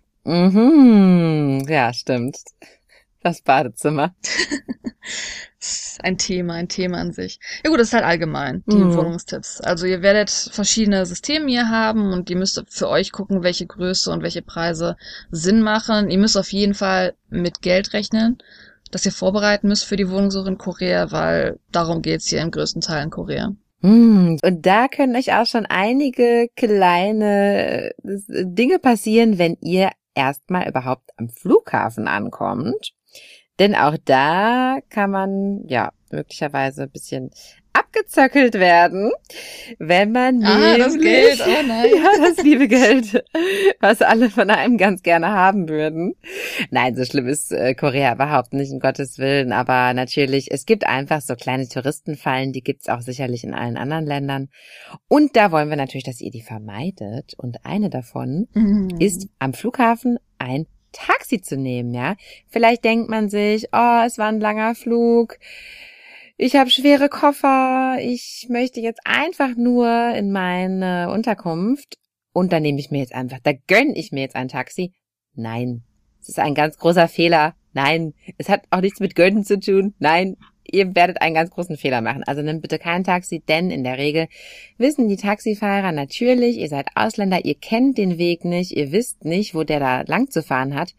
Mhm. Ja, stimmt. Das Badezimmer.
Das ist ein Thema, ein Thema an sich. Ja gut, das ist halt allgemein, die
Mhm.
Wohnungstipps. Also ihr werdet verschiedene Systeme hier haben und ihr müsst für euch gucken, welche Größe und welche Preise Sinn machen. Ihr müsst auf jeden Fall mit Geld rechnen, das ihr vorbereiten müsst für die Wohnungssuche in Korea, weil darum geht's hier im größten Teil in Korea.
Und da können euch auch schon einige kleine Dinge passieren, wenn ihr erstmal überhaupt am Flughafen ankommt. Denn auch da kann man ja möglicherweise ein bisschen abgezöckelt werden, wenn man
ah,
nämlich,
das Geld, oh nein.
ja, das liebe Geld, was alle von einem ganz gerne haben würden. Nein, so schlimm ist äh, Korea überhaupt nicht, um Gottes Willen, aber natürlich, es gibt einfach so kleine Touristenfallen, die gibt's auch sicherlich in allen anderen Ländern und da wollen wir natürlich, dass ihr die vermeidet und eine davon
Mhm.
ist am Flughafen ein Taxi zu nehmen, ja. Vielleicht denkt man sich, oh, es war ein langer Flug, ich habe schwere Koffer, ich möchte jetzt einfach nur in meine Unterkunft und dann nehme ich mir jetzt einfach, da gönne ich mir jetzt ein Taxi. Nein, es ist ein ganz großer Fehler. Nein, es hat auch nichts mit Gönnen zu tun. Nein, ihr werdet einen ganz großen Fehler machen. Also nehmt bitte kein Taxi, denn in der Regel wissen die Taxifahrer natürlich, ihr seid Ausländer, ihr kennt den Weg nicht, ihr wisst nicht, wo der da lang zu fahren hat.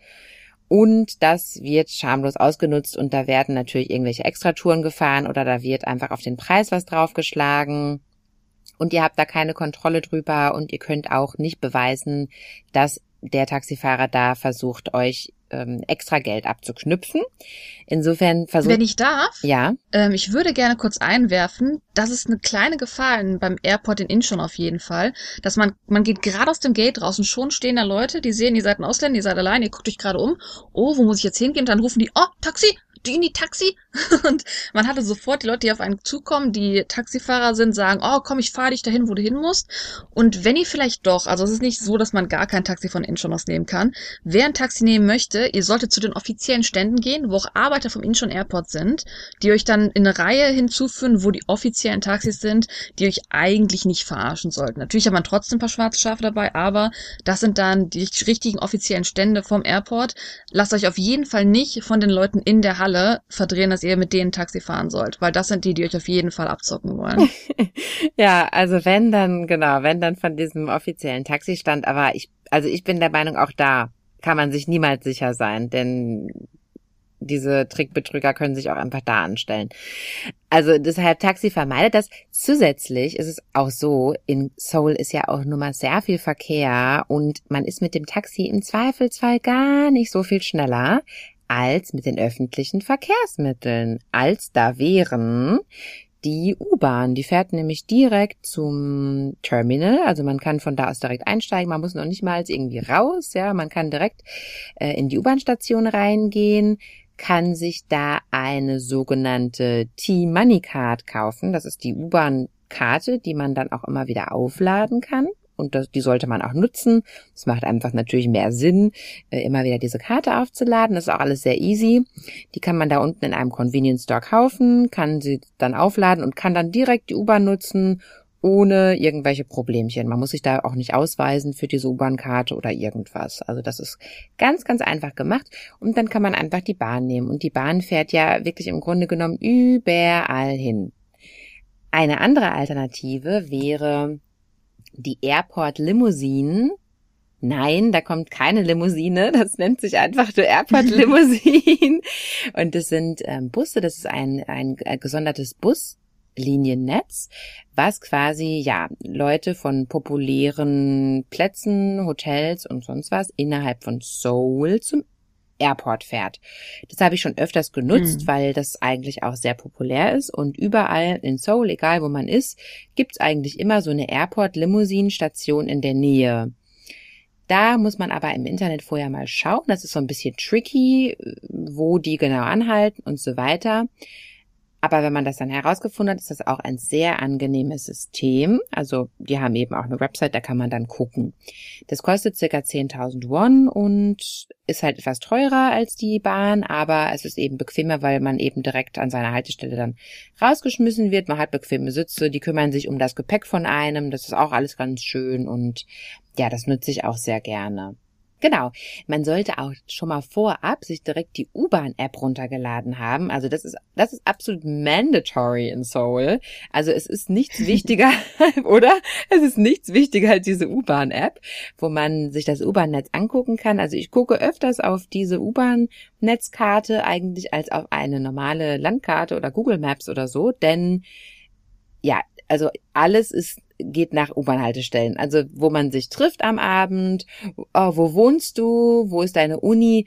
Und das wird schamlos ausgenutzt und da werden natürlich irgendwelche Extratouren gefahren oder da wird einfach auf den Preis was draufgeschlagen und ihr habt da keine Kontrolle drüber und ihr könnt auch nicht beweisen, dass der Taxifahrer da versucht, euch ähm, extra Geld abzuknüpfen. Insofern versucht...
Wenn ich darf,
Ja,
ähm, ich würde gerne kurz einwerfen, das ist eine kleine Gefahr in, beim Airport in Incheon auf jeden Fall, dass man, man geht gerade aus dem Gate raus und schon stehen da Leute, die sehen, ihr seid ein Ausländer, ihr seid allein, ihr guckt euch gerade um, oh, wo muss ich jetzt hingehen? Und dann rufen die, oh, Taxi! Die in die Taxi und man hatte sofort die Leute, die auf einen zukommen, die Taxifahrer sind, sagen, oh komm, ich fahre dich dahin, wo du hin musst. Und wenn ihr vielleicht doch, also es ist nicht so, dass man gar kein Taxi von Incheon aus nehmen kann, wer ein Taxi nehmen möchte, ihr solltet zu den offiziellen Ständen gehen, wo auch Arbeiter vom Incheon Airport sind, die euch dann in eine Reihe hinzuführen, wo die offiziellen Taxis sind, die euch eigentlich nicht verarschen sollten. Natürlich hat man trotzdem ein paar schwarze Schafe dabei, aber das sind dann die richtigen offiziellen Stände vom Airport. Lasst euch auf jeden Fall nicht von den Leuten in der Halle verdrehen, dass ihr mit denen Taxi fahren sollt, weil das sind die, die euch auf jeden Fall abzocken wollen.
ja, also wenn dann, genau, wenn dann von diesem offiziellen Taxistand, aber ich, also ich bin der Meinung, auch da kann man sich niemals sicher sein, denn diese Trickbetrüger können sich auch einfach da anstellen. Also deshalb Taxi vermeidet das. Zusätzlich ist es auch so, in Seoul ist ja auch nun mal sehr viel Verkehr und man ist mit dem Taxi im Zweifelsfall gar nicht so viel schneller als mit den öffentlichen Verkehrsmitteln, als da wären die U-Bahn. Die fährt nämlich direkt zum Terminal, also man kann von da aus direkt einsteigen, man muss noch nicht mal irgendwie raus, ja, man kann direkt äh, in die U-Bahn-Station reingehen, kann sich da eine sogenannte T-Money-Card kaufen, das ist die U-Bahn-Karte, die man dann auch immer wieder aufladen kann. Und das, die sollte man auch nutzen. Es macht einfach natürlich mehr Sinn, immer wieder diese Karte aufzuladen. Das ist auch alles sehr easy. Die kann man da unten in einem Convenience Store kaufen, kann sie dann aufladen und kann dann direkt die U-Bahn nutzen, ohne irgendwelche Problemchen. Man muss sich da auch nicht ausweisen für diese U-Bahn-Karte oder irgendwas. Also das ist ganz, ganz einfach gemacht. Und dann kann man einfach die Bahn nehmen. Und die Bahn fährt ja wirklich im Grunde genommen überall hin. Eine andere Alternative wäre die Airport-Limousinen. Nein, da kommt keine Limousine, das nennt sich einfach nur Airport-Limousinen. Und das sind ähm, Busse, das ist ein, ein gesondertes Busliniennetz, was quasi, ja, Leute von populären Plätzen, Hotels und sonst was innerhalb von Seoul zum Airport fährt. Das habe ich schon öfters genutzt, mhm. weil das eigentlich auch sehr populär ist und überall in Seoul, egal wo man ist, gibt's eigentlich immer so eine Airport-Limousinen-Station in der Nähe. Da muss man aber im Internet vorher mal schauen, das ist so ein bisschen tricky, wo die genau anhalten und so weiter. Aber wenn man das dann herausgefunden hat, ist das auch ein sehr angenehmes System. Also die haben eben auch eine Website, da kann man dann gucken. Das kostet circa zehntausend Won und ist halt etwas teurer als die Bahn, aber es ist eben bequemer, weil man eben direkt an seiner Haltestelle dann rausgeschmissen wird. Man hat bequeme Sitze, die kümmern sich um das Gepäck von einem. Das ist auch alles ganz schön und ja, das nutze ich auch sehr gerne. Genau, man sollte auch schon mal vorab sich direkt die U-Bahn-App runtergeladen haben. Also das ist das ist absolut mandatory in Seoul. Also es ist nichts wichtiger, oder? Es ist nichts wichtiger als diese U-Bahn-App, wo man sich das U-Bahn-Netz angucken kann. Also ich gucke öfters auf diese U-Bahn-Netzkarte eigentlich als auf eine normale Landkarte oder Google Maps oder so, denn ja, also alles ist geht nach U-Bahn-Haltestellen. Also wo man sich trifft am Abend, oh, wo wohnst du, wo ist deine Uni,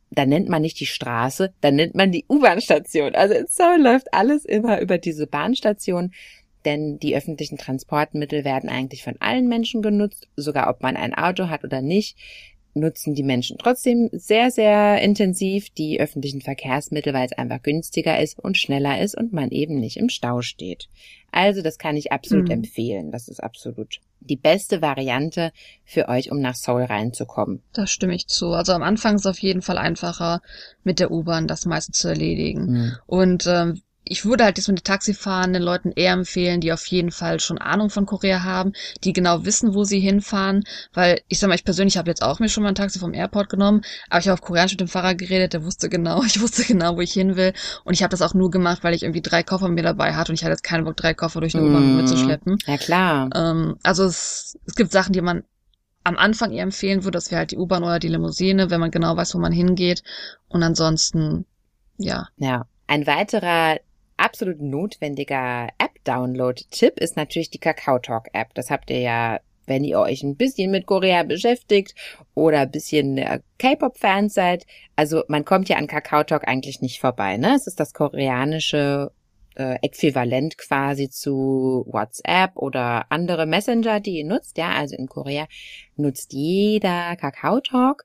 dann nennt man nicht die Straße, dann nennt man die U-Bahn-Station. Also in Seoul läuft alles immer über diese Bahnstation, denn die öffentlichen Transportmittel werden eigentlich von allen Menschen genutzt, sogar ob man ein Auto hat oder nicht, nutzen die Menschen trotzdem sehr, sehr intensiv die öffentlichen Verkehrsmittel, weil es einfach günstiger ist und schneller ist und man eben nicht im Stau steht. Also das kann ich absolut mhm. empfehlen. Das ist absolut die beste Variante für euch, um nach Seoul reinzukommen.
Da stimme ich zu. Also am Anfang ist es auf jeden Fall einfacher, mit der U-Bahn das meiste zu erledigen. Mhm. Und ähm, ich würde halt jetzt mit den Taxifahrenden Leuten eher empfehlen, die auf jeden Fall schon Ahnung von Korea haben, die genau wissen, wo sie hinfahren, weil ich sag mal, ich persönlich habe jetzt auch mir schon mal ein Taxi vom Airport genommen, aber ich habe auf Koreanisch mit dem Fahrer geredet, der wusste genau, ich wusste genau, wo ich hin will und ich habe das auch nur gemacht, weil ich irgendwie drei Koffer mit mir dabei hatte und ich hatte jetzt keinen Bock, drei Koffer durch eine mm. U-Bahn mitzuschleppen.
Ja, klar.
Ähm, also es, es gibt Sachen, die man am Anfang eher empfehlen würde, das wäre halt die U-Bahn oder die Limousine, wenn man genau weiß, wo man hingeht und ansonsten, ja.
Ja, ein weiterer absolut notwendiger App-Download-Tipp ist natürlich die KakaoTalk-App. Das habt ihr ja, wenn ihr euch ein bisschen mit Korea beschäftigt oder ein bisschen K-Pop-Fans seid. Also man kommt ja an KakaoTalk eigentlich nicht vorbei, ne? Es ist das koreanische äh, Äquivalent quasi zu WhatsApp oder andere Messenger, die ihr nutzt. Ja, also in Korea nutzt jeder KakaoTalk.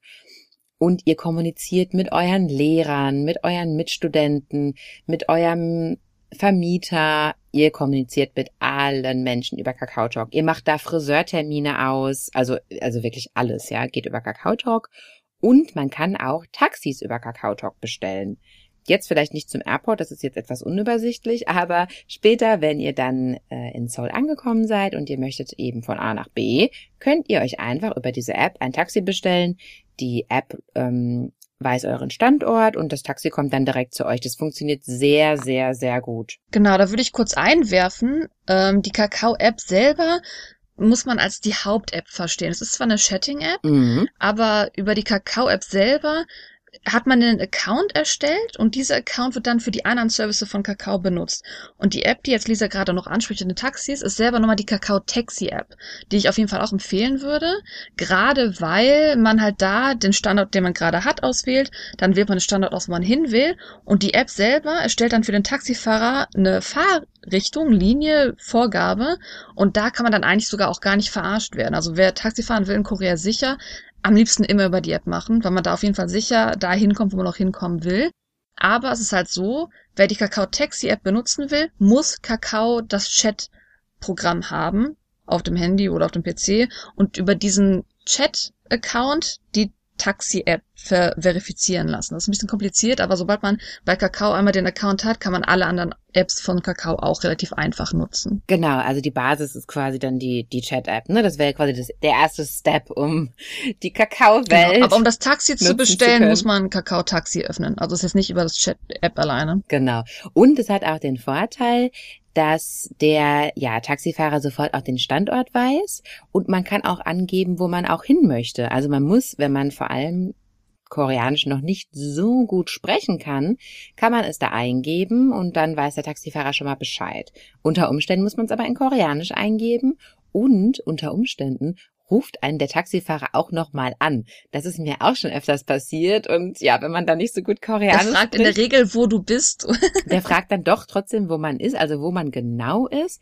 Und ihr kommuniziert mit euren Lehrern, mit euren Mitstudenten, mit eurem Vermieter. Ihr kommuniziert mit allen Menschen über KakaoTalk. Ihr macht da Friseurtermine aus, also also wirklich alles, ja, geht über KakaoTalk. Und man kann auch Taxis über KakaoTalk bestellen. Jetzt vielleicht nicht zum Airport, das ist jetzt etwas unübersichtlich, aber später, wenn ihr dann äh, in Seoul angekommen seid und ihr möchtet eben von A nach B, könnt ihr euch einfach über diese App ein Taxi bestellen. Die App ähm, weiß euren Standort und das Taxi kommt dann direkt zu euch. Das funktioniert sehr, sehr, sehr gut.
Genau, da würde ich kurz einwerfen, ähm, die Kakao-App selber muss man als die Haupt-App verstehen. Es ist zwar eine Chatting-App, mhm. aber über die Kakao-App selber hat man einen Account erstellt und dieser Account wird dann für die anderen Services von Kakao benutzt. Und die App, die jetzt Lisa gerade noch anspricht in den Taxis, ist selber nochmal die Kakao Taxi App, die ich auf jeden Fall auch empfehlen würde, gerade weil man halt da den Standort, den man gerade hat, auswählt, dann wählt man den Standort aus, wo man hin will und die App selber erstellt dann für den Taxifahrer eine Fahrrichtung, Linie, Vorgabe und da kann man dann eigentlich sogar auch gar nicht verarscht werden. Also wer Taxi fahren will in Korea sicher, am liebsten immer über die App machen, weil man da auf jeden Fall sicher da hinkommt, wo man auch hinkommen will. Aber es ist halt so, wer die Kakao Taxi App benutzen will, muss Kakao das Chat-Programm haben, auf dem Handy oder auf dem P C und über diesen Chat-Account die Taxi-App ver- verifizieren lassen. Das ist ein bisschen kompliziert, aber sobald man bei Kakao einmal den Account hat, kann man alle anderen Apps von Kakao auch relativ einfach nutzen.
Genau, also die Basis ist quasi dann die die Chat-App, ne? Das wäre quasi das, der erste Step, um die Kakao-Welt
genau, aber um das Taxi zu bestellen, zu muss man Kakao-Taxi öffnen. Also es ist jetzt nicht über das Chat-App alleine.
Genau. Und es hat auch den Vorteil, dass der ja Taxifahrer sofort auch den Standort weiß und man kann auch angeben, wo man auch hin möchte. Also man muss, wenn man vor allem Koreanisch noch nicht so gut sprechen kann, kann man es da eingeben und dann weiß der Taxifahrer schon mal Bescheid. Unter Umständen muss man es aber in Koreanisch eingeben und unter Umständen ruft einen der Taxifahrer auch nochmal an. Das ist mir auch schon öfters passiert und ja, wenn man da nicht so gut Koreanisch
der fragt
spricht,
in der Regel, wo du bist.
Der fragt dann doch trotzdem, wo man ist, also wo man genau ist.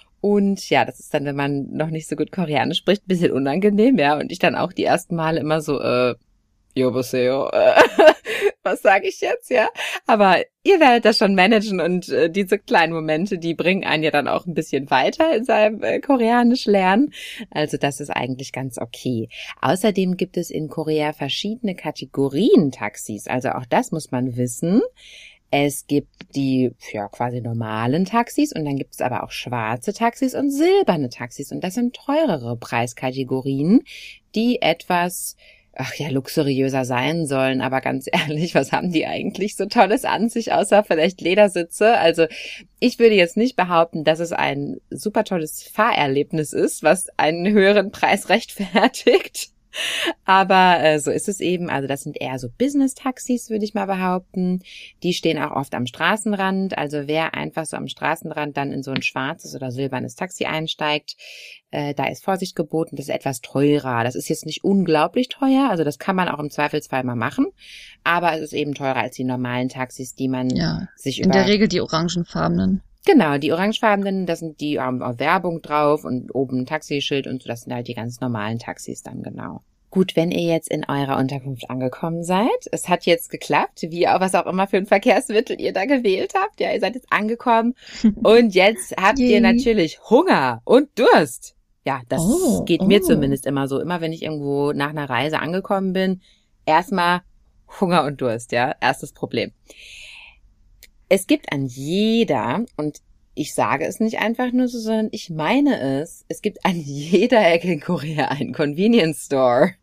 Und ja, das ist dann, wenn man noch nicht so gut Koreanisch spricht, ein bisschen unangenehm, ja. Und ich dann auch die ersten Male immer so, äh, Yoboseo, äh, was sage ich jetzt, ja? Aber ihr werdet das schon managen und äh, diese kleinen Momente, die bringen einen ja dann auch ein bisschen weiter in seinem äh, Koreanisch lernen. Also das ist eigentlich ganz okay. Außerdem gibt es in Korea verschiedene Kategorien Taxis. Also auch das muss man wissen. Es gibt die ja quasi normalen Taxis und dann gibt es aber auch schwarze Taxis und silberne Taxis. Und das sind teurere Preiskategorien, die etwas ach ja, luxuriöser sein sollen, aber ganz ehrlich, was haben die eigentlich so Tolles an sich, außer vielleicht Ledersitze? Also ich würde jetzt nicht behaupten, dass es ein super tolles Fahrerlebnis ist, was einen höheren Preis rechtfertigt. Aber äh, so ist es eben. Also das sind eher so Business-Taxis, würde ich mal behaupten. Die stehen auch oft am Straßenrand. Also wer einfach so am Straßenrand dann in so ein schwarzes oder silbernes Taxi einsteigt, äh, da ist Vorsicht geboten. Das ist etwas teurer. Das ist jetzt nicht unglaublich teuer. Also das kann man auch im Zweifelsfall mal machen. Aber es ist eben teurer als die normalen Taxis, die man
Ja,
sich
in
über...
der Regel die orangefarbenen.
Genau, die orangefarbenen, das sind die, haben auch Werbung drauf und oben ein Taxischild und so, das sind halt die ganz normalen Taxis dann, genau. Gut, wenn ihr jetzt in eurer Unterkunft angekommen seid, es hat jetzt geklappt, wie auch was auch immer für ein Verkehrsmittel ihr da gewählt habt, ja, ihr seid jetzt angekommen und jetzt habt ihr natürlich Hunger und Durst. Ja, das
Oh,
geht mir
oh.
zumindest immer so, immer wenn ich irgendwo nach einer Reise angekommen bin, erstmal Hunger und Durst, ja, erstes Problem. Es gibt an jeder, und ich sage es nicht einfach nur so, sondern ich meine es, es gibt an jeder Ecke in Korea einen Convenience Store.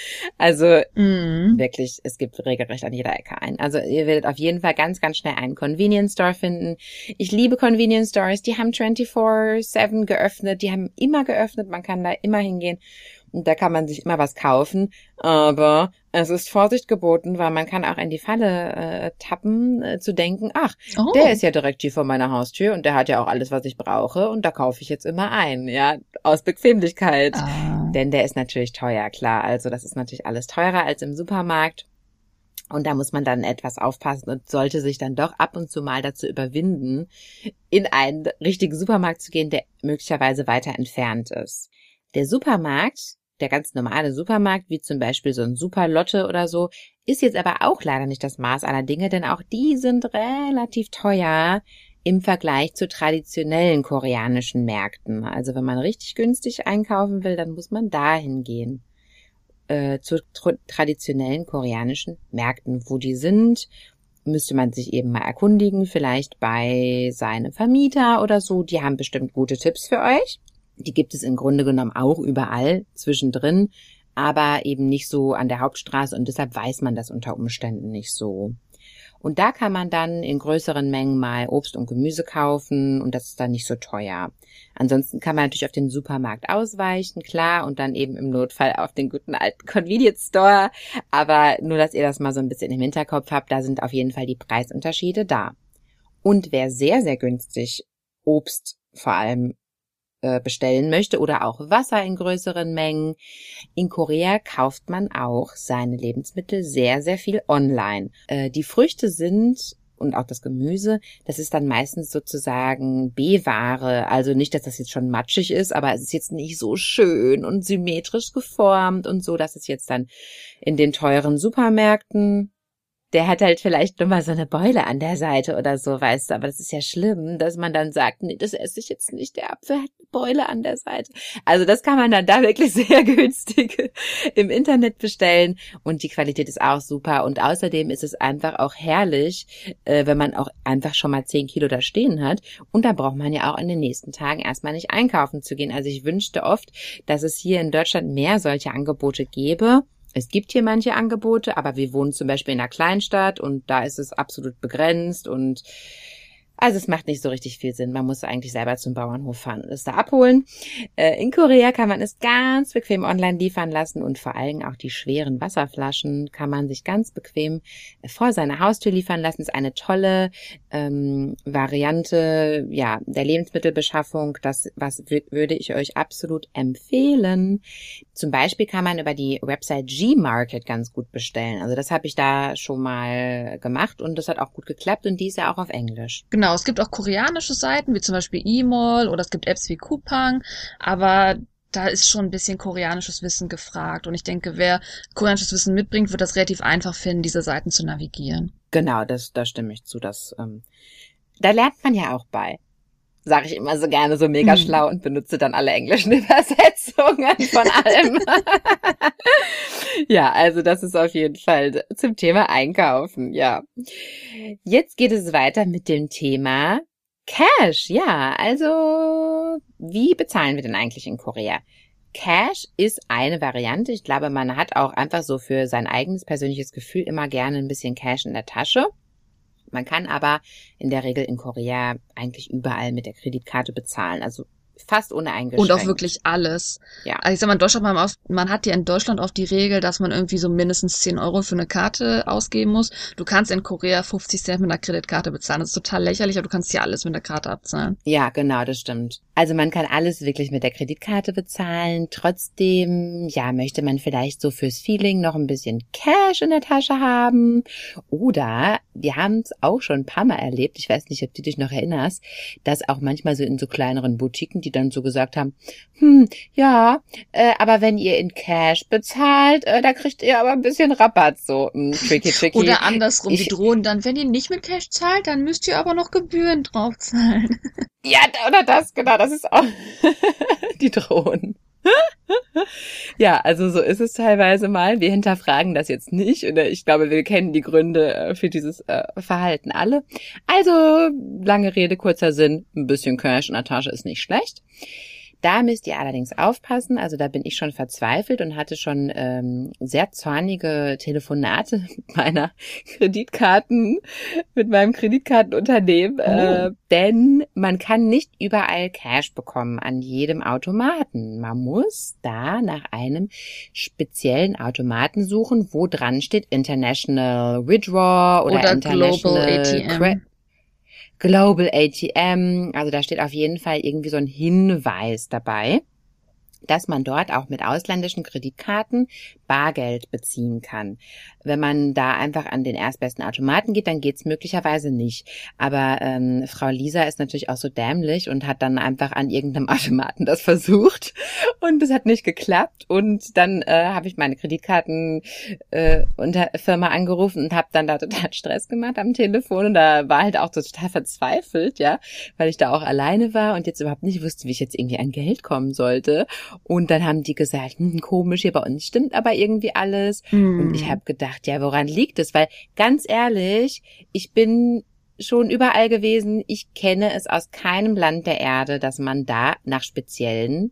Also
Mhm.
wirklich, es gibt regelrecht an jeder Ecke einen. Also ihr werdet auf jeden Fall ganz, ganz schnell einen Convenience Store finden. Ich liebe Convenience Stores, die haben vierundzwanzig sieben geöffnet, die haben immer geöffnet, man kann da immer hingehen. Und da kann man sich immer was kaufen, aber es ist Vorsicht geboten, weil man kann auch in die Falle äh, tappen, äh, zu denken, ach,
Oh.
der ist ja direkt hier vor meiner Haustür und der hat ja auch alles, was ich brauche und da kaufe ich jetzt immer ein, ja, aus Bequemlichkeit.
Ah.
Denn der ist natürlich teuer, klar, also das ist natürlich alles teurer als im Supermarkt. Und da muss man dann etwas aufpassen und sollte sich dann doch ab und zu mal dazu überwinden, in einen richtigen Supermarkt zu gehen, der möglicherweise weiter entfernt ist. Der Supermarkt, der ganz normale Supermarkt, wie zum Beispiel so ein Superlotte oder so, ist jetzt aber auch leider nicht das Maß aller Dinge, denn auch die sind relativ teuer im Vergleich zu traditionellen koreanischen Märkten. Also wenn man richtig günstig einkaufen will, dann muss man dahin gehen, äh, zu tr- traditionellen koreanischen Märkten. Wo die sind, müsste man sich eben mal erkundigen, vielleicht bei seinem Vermieter oder so. Die haben bestimmt gute Tipps für euch. Die gibt es im Grunde genommen auch überall zwischendrin, aber eben nicht so an der Hauptstraße und deshalb weiß man das unter Umständen nicht so. Und da kann man dann in größeren Mengen mal Obst und Gemüse kaufen und das ist dann nicht so teuer. Ansonsten kann man natürlich auf den Supermarkt ausweichen, klar, und dann eben im Notfall auf den guten alten Convenience Store. Aber nur, dass ihr das mal so ein bisschen im Hinterkopf habt, da sind auf jeden Fall die Preisunterschiede da. Und wer sehr, sehr günstig Obst vor allem bestellen möchte oder auch Wasser in größeren Mengen. In Korea kauft man auch seine Lebensmittel sehr, sehr viel online. Äh, die Früchte sind und auch das Gemüse, das ist dann meistens sozusagen B-Ware. Also nicht, dass das jetzt schon matschig ist, aber es ist jetzt nicht so schön und symmetrisch geformt und so, dass es jetzt dann in den teuren Supermärkten, der hat halt vielleicht nur mal so eine Beule an der Seite oder so, weißt du, aber das ist ja schlimm, dass man dann sagt, nee, das esse ich jetzt nicht, der Apfel hat eine Beule an der Seite. Also das kann man dann da wirklich sehr günstig im Internet bestellen und die Qualität ist auch super und außerdem ist es einfach auch herrlich, äh, wenn man auch einfach schon mal zehn Kilo da stehen hat und da braucht man ja auch in den nächsten Tagen erstmal nicht einkaufen zu gehen. Also ich wünschte oft, dass es hier in Deutschland mehr solche Angebote gäbe. Es gibt hier manche Angebote, aber wir wohnen zum Beispiel in einer Kleinstadt und da ist es absolut begrenzt und also es macht nicht so richtig viel Sinn. Man muss eigentlich selber zum Bauernhof fahren und es da abholen. Äh, in Korea kann man es ganz bequem online liefern lassen und vor allem auch die schweren Wasserflaschen kann man sich ganz bequem vor seiner Haustür liefern lassen. Das ist eine tolle ähm, Variante, ja, der Lebensmittelbeschaffung. Das was w- würde ich euch absolut empfehlen. Zum Beispiel kann man über die Website Gmarket ganz gut bestellen. Also das habe ich da schon mal gemacht und das hat auch gut geklappt und die ist ja auch auf Englisch.
Genau, es gibt auch koreanische Seiten, wie zum Beispiel E-Mall oder es gibt Apps wie Coupang, aber da ist schon ein bisschen koreanisches Wissen gefragt. Und ich denke, wer koreanisches Wissen mitbringt, wird das relativ einfach finden, diese Seiten zu navigieren.
Genau, das, da stimme ich zu. Das, ähm, da lernt man ja auch bei. Sage ich immer so gerne, so mega
Hm.
schlau und benutze dann alle englischen Übersetzungen von allem. Ja, also das ist auf jeden Fall zum Thema Einkaufen, ja. Jetzt geht es weiter mit dem Thema Cash. Ja, also wie bezahlen wir denn eigentlich in Korea? Cash ist eine Variante. Ich glaube, man hat auch einfach so für sein eigenes persönliches Gefühl immer gerne ein bisschen Cash in der Tasche. Man kann aber in der Regel in Korea eigentlich überall mit der Kreditkarte bezahlen. Also fast ohne eingeschränkt.
Und auch wirklich alles.
Ja.
Also ich sag mal, in Deutschland, man, auf, man hat ja in Deutschland oft die Regel, dass man irgendwie so mindestens zehn Euro für eine Karte ausgeben muss. Du kannst in Korea fünfzig Cent mit einer Kreditkarte bezahlen. Das ist total lächerlich, aber du kannst ja alles mit der Karte abzahlen.
Ja, genau, das stimmt. Also man kann alles wirklich mit der Kreditkarte bezahlen. Trotzdem, ja, möchte man vielleicht so fürs Feeling noch ein bisschen Cash in der Tasche haben. Oder, wir haben es auch schon ein paar Mal erlebt, ich weiß nicht, ob du dich noch erinnerst, dass auch manchmal so in so kleineren Boutiquen, die dann so gesagt haben, hm, ja, äh, aber wenn ihr in Cash bezahlt, äh, da kriegt ihr aber ein bisschen Rabatt, so, hm, tricky, tricky.
Oder andersrum,
ich,
die drohen dann, wenn ihr nicht mit Cash zahlt, dann müsst ihr aber noch Gebühren draufzahlen.
Ja, oder das, genau, das ist auch die drohen. Ja, also so ist es teilweise mal. Wir hinterfragen das jetzt nicht. Oder ich glaube, wir kennen die Gründe für dieses äh, Verhalten alle. Also, lange Rede, kurzer Sinn, ein bisschen Cash in der Tasche ist nicht schlecht. Da müsst ihr allerdings aufpassen, also da bin ich schon verzweifelt und hatte schon ähm, sehr zornige Telefonate mit meiner Kreditkarten, mit meinem Kreditkartenunternehmen, oh. äh, denn man kann nicht überall Cash bekommen an jedem Automaten. Man muss da nach einem speziellen Automaten suchen, wo dran steht International Withdraw oder,
oder
International
Global A T M.
Cre- Global A T M, also da steht auf jeden Fall irgendwie so ein Hinweis dabei, dass man dort auch mit ausländischen Kreditkarten Bargeld beziehen kann. Wenn man da einfach an den erstbesten Automaten geht, dann geht's möglicherweise nicht. Aber ähm, Frau Lisa ist natürlich auch so dämlich und hat dann einfach an irgendeinem Automaten das versucht und es hat nicht geklappt. Und dann äh, habe ich meine Kreditkarten äh, unter Firma angerufen und habe dann da total Stress gemacht am Telefon und da war halt auch so total verzweifelt, ja, weil ich da auch alleine war und jetzt überhaupt nicht wusste, wie ich jetzt irgendwie an Geld kommen sollte. Und dann haben die gesagt, hm, komisch, hier bei uns stimmt aber irgendwie alles. Mm. Und ich habe gedacht, ja, woran liegt es? Weil ganz ehrlich, ich bin schon überall gewesen. Ich kenne es aus keinem Land der Erde, dass man da nach speziellen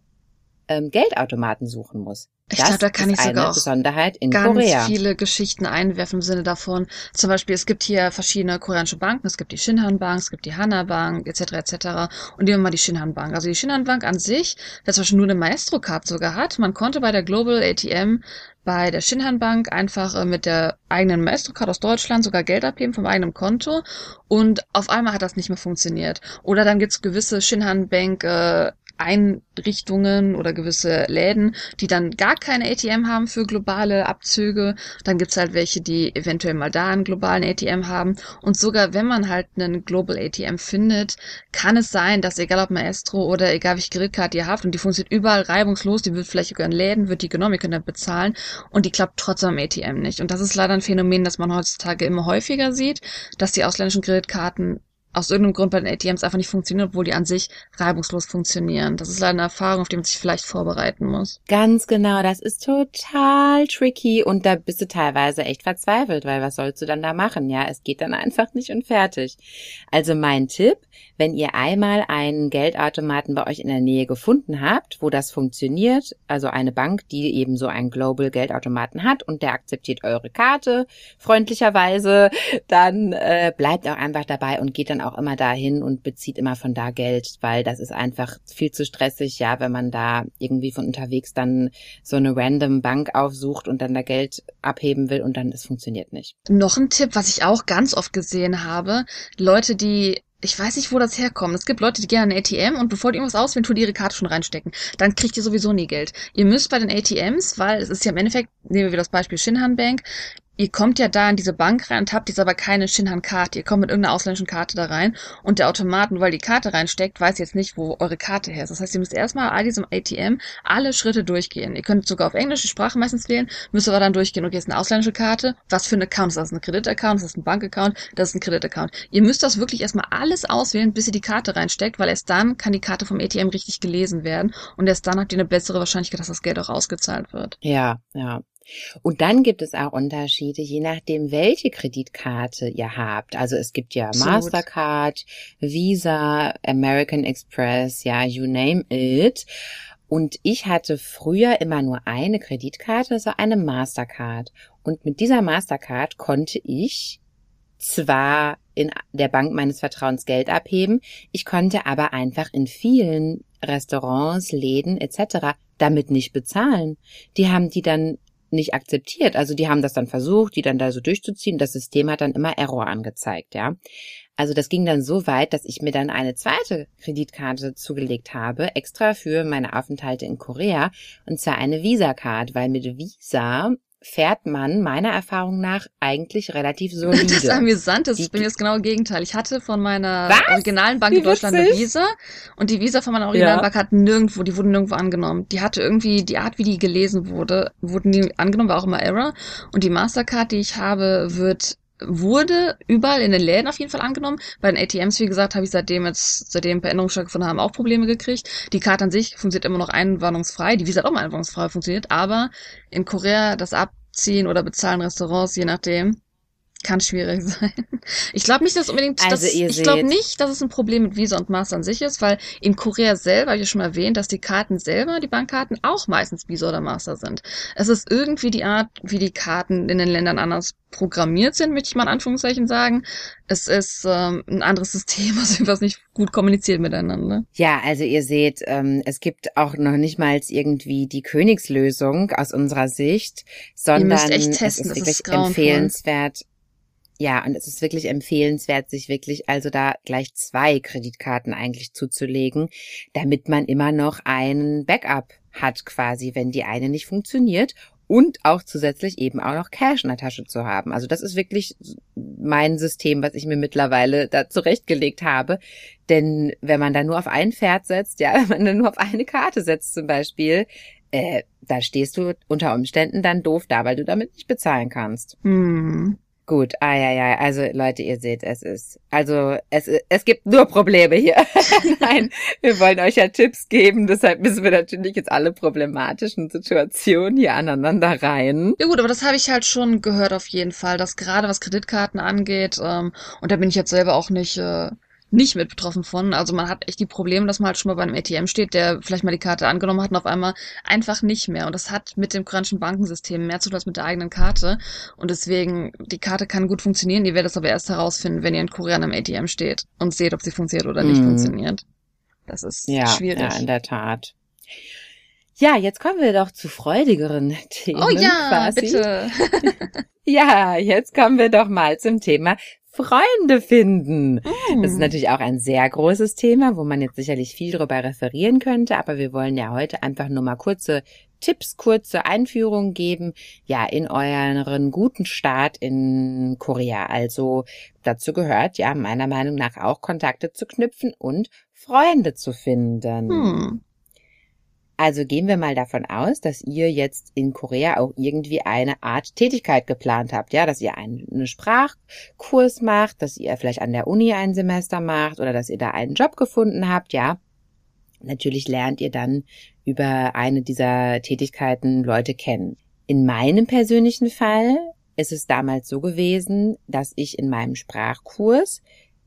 ähm, Geldautomaten suchen muss.
Ich glaube, da kann ich sogar auch
Besonderheit in
ganz
Korea.
viele Geschichten einwerfen im Sinne davon. Zum Beispiel, es gibt hier verschiedene koreanische Banken. Es gibt die Shinhan Bank, es gibt die Hana Bank, et cetera et cetera. Und nehmen wir mal die Shinhan Bank. Also die Shinhan Bank an sich, das zum Beispiel nur eine Maestro-Card sogar hat. Man konnte bei der Global A T M bei der Shinhan Bank einfach äh, mit der eigenen Maestro-Card aus Deutschland sogar Geld abheben vom eigenen Konto. Und auf einmal hat das nicht mehr funktioniert. Oder dann gibt's gewisse Shinhan Bank äh, Einrichtungen oder gewisse Läden, die dann gar keine A T M haben für globale Abzüge. Dann gibt's halt welche, die eventuell mal da einen globalen A T M haben. Und sogar wenn man halt einen Global A T M findet, kann es sein, dass egal ob Maestro oder egal welche Kreditkarte ihr habt und die funktioniert überall reibungslos, die wird vielleicht sogar in Läden, wird die genommen, ihr könnt dann bezahlen und die klappt trotzdem am A T M nicht. Und das ist leider ein Phänomen, das man heutzutage immer häufiger sieht, dass die ausländischen Kreditkarten aus irgendeinem Grund bei den A T Ms einfach nicht funktionieren, obwohl die an sich reibungslos funktionieren. Das ist leider eine Erfahrung, auf die man sich vielleicht vorbereiten muss.
Ganz genau, das ist total tricky und da bist du teilweise echt verzweifelt, weil was sollst du dann da machen? Ja, es geht dann einfach nicht und fertig. Also mein Tipp, wenn ihr einmal einen Geldautomaten bei euch in der Nähe gefunden habt, wo das funktioniert, also eine Bank, die eben so einen Global Geldautomaten hat und der akzeptiert eure Karte freundlicherweise, dann äh, bleibt auch einfach dabei und geht dann auch immer dahin und bezieht immer von da Geld, weil das ist einfach viel zu stressig, ja, wenn man da irgendwie von unterwegs dann so eine random Bank aufsucht und dann da Geld abheben will und dann das funktioniert nicht.
Noch ein Tipp, was ich auch ganz oft gesehen habe, Leute, die ich weiß nicht, wo das herkommt. Es gibt Leute, die gehen an ein A T M und bevor die irgendwas auswählen, tun die ihre Karte schon reinstecken. Dann kriegt ihr sowieso nie Geld. Ihr müsst bei den A T Ms, weil es ist ja im Endeffekt, nehmen wir wieder das Beispiel Shinhan Bank, ihr kommt ja da in diese Bank rein und habt jetzt aber keine Shinhan-Karte. Ihr kommt mit irgendeiner ausländischen Karte da rein und der Automat, nur weil die Karte reinsteckt, weiß jetzt nicht, wo eure Karte her ist. Das heißt, ihr müsst erstmal all diesem A T M alle Schritte durchgehen. Ihr könnt sogar auf englische Sprache meistens wählen, müsst aber dann durchgehen. Okay, ist eine ausländische Karte. Was für ein Account? Ist das ein Kreditaccount? Ist das ein Bankaccount? Das ist ein Kreditaccount. Ihr müsst das wirklich erstmal alles auswählen, bis ihr die Karte reinsteckt, weil erst dann kann die Karte vom A T M richtig gelesen werden und erst dann habt ihr eine bessere Wahrscheinlichkeit, dass das Geld auch ausgezahlt wird.
Ja, ja. Und dann gibt es auch Unterschiede, je nachdem, welche Kreditkarte ihr habt. Also es gibt ja
Absolut.
Mastercard, Visa, American Express, ja, you name it. Und ich hatte früher immer nur eine Kreditkarte, also eine Mastercard. Und mit dieser Mastercard konnte ich zwar in der Bank meines Vertrauens Geld abheben. Ich konnte aber einfach in vielen Restaurants, Läden et cetera damit nicht bezahlen. Die haben die dann nicht akzeptiert. Also die haben das dann versucht, die dann da so durchzuziehen. Das System hat dann immer Error angezeigt, ja. Also das ging dann so weit, dass ich mir dann eine zweite Kreditkarte zugelegt habe, extra für meine Aufenthalte in Korea, und zwar eine Visa-Card, weil mit Visa fährt man meiner Erfahrung nach eigentlich relativ solide.
Das ist amüsant, das ist bei mir das genaue Gegenteil. Ich hatte von meiner Was? originalen Bank Wie in Deutschland witzig? eine Visa und die Visa von meiner originalen ja. Bank hat nirgendwo, die wurden nirgendwo angenommen. Die hatte irgendwie, die Art, wie die gelesen wurde, wurden die angenommen, war auch immer Error. Und die Mastercard, die ich habe, wird wurde überall in den Läden auf jeden Fall angenommen. Bei den A T Ms, wie gesagt, habe ich seitdem jetzt, seitdem Veränderungen stattgefunden haben, auch Probleme gekriegt. Die Karte an sich funktioniert immer noch einwarnungsfrei. Die Visa hat auch mal einwarnungsfrei funktioniert, aber in Korea das Abziehen oder Bezahlen Restaurants, je nachdem, kann schwierig sein. Ich glaube nicht, dass unbedingt,
also
dass, ich glaube nicht, dass es ein Problem mit Visa und Master an sich ist, weil in Korea selber, habe ich ja schon mal erwähnt, dass die Karten selber, die Bankkarten, auch meistens Visa oder Master sind. Es ist irgendwie die Art, wie die Karten in den Ländern anders programmiert sind, möchte ich mal in Anführungszeichen sagen. Es ist ähm, ein anderes System, also was nicht gut kommuniziert miteinander.
Ja, also ihr seht, ähm, es gibt auch noch nicht mal irgendwie die Königslösung aus unserer Sicht, sondern
ihr müsst echt testen,
es ist
das
wirklich
ist
empfehlenswert. Ja, und es ist wirklich empfehlenswert, sich wirklich also da gleich zwei Kreditkarten eigentlich zuzulegen, damit man immer noch einen Backup hat quasi, wenn die eine nicht funktioniert, und auch zusätzlich eben auch noch Cash in der Tasche zu haben. Also das ist wirklich mein System, was ich mir mittlerweile da zurechtgelegt habe. Denn wenn man da nur auf ein Pferd setzt, ja, wenn man da nur auf eine Karte setzt zum Beispiel, äh, da stehst du unter Umständen dann doof da, weil du damit nicht bezahlen kannst.
Hm.
Gut, ah ja, ja, also Leute, ihr seht, es ist, also es es gibt nur Probleme hier. Nein, wir wollen euch ja Tipps geben, deshalb müssen wir natürlich jetzt alle problematischen Situationen hier aneinander rein.
Ja gut, aber das habe ich halt schon gehört auf jeden Fall, dass gerade was Kreditkarten angeht, ähm, und da bin ich jetzt selber auch nicht äh, nicht mit betroffen von. Also man hat echt die Probleme, dass man halt schon mal bei einem A T M steht, der vielleicht mal die Karte angenommen hat und auf einmal einfach nicht mehr. Und das hat mit dem koreanischen Bankensystem mehr zu tun als mit der eigenen Karte. Und deswegen, die Karte kann gut funktionieren. Ihr werdet es aber erst herausfinden, wenn ihr in Korea an einem A T M steht und seht, ob sie funktioniert oder nicht mm. funktioniert. Das ist
ja,
schwierig.
Ja, in der Tat. Ja, jetzt kommen wir doch zu freudigeren Themen.
Oh ja,
quasi.
bitte.
Ja, jetzt kommen wir doch mal zum Thema Freunde finden.
Mm.
Das ist natürlich auch ein sehr großes Thema, wo man jetzt sicherlich viel darüber referieren könnte, aber wir wollen ja heute einfach nur mal kurze Tipps, kurze Einführungen geben, ja, in euren guten Start in Korea. Also dazu gehört ja meiner Meinung nach auch Kontakte zu knüpfen und Freunde zu finden.
Mm.
Also gehen wir mal davon aus, dass ihr jetzt in Korea auch irgendwie eine Art Tätigkeit geplant habt, ja, dass ihr einen Sprachkurs macht, dass ihr vielleicht an der Uni ein Semester macht oder dass ihr da einen Job gefunden habt, ja. Natürlich lernt ihr dann über eine dieser Tätigkeiten Leute kennen. In meinem persönlichen Fall ist es damals so gewesen, dass ich in meinem Sprachkurs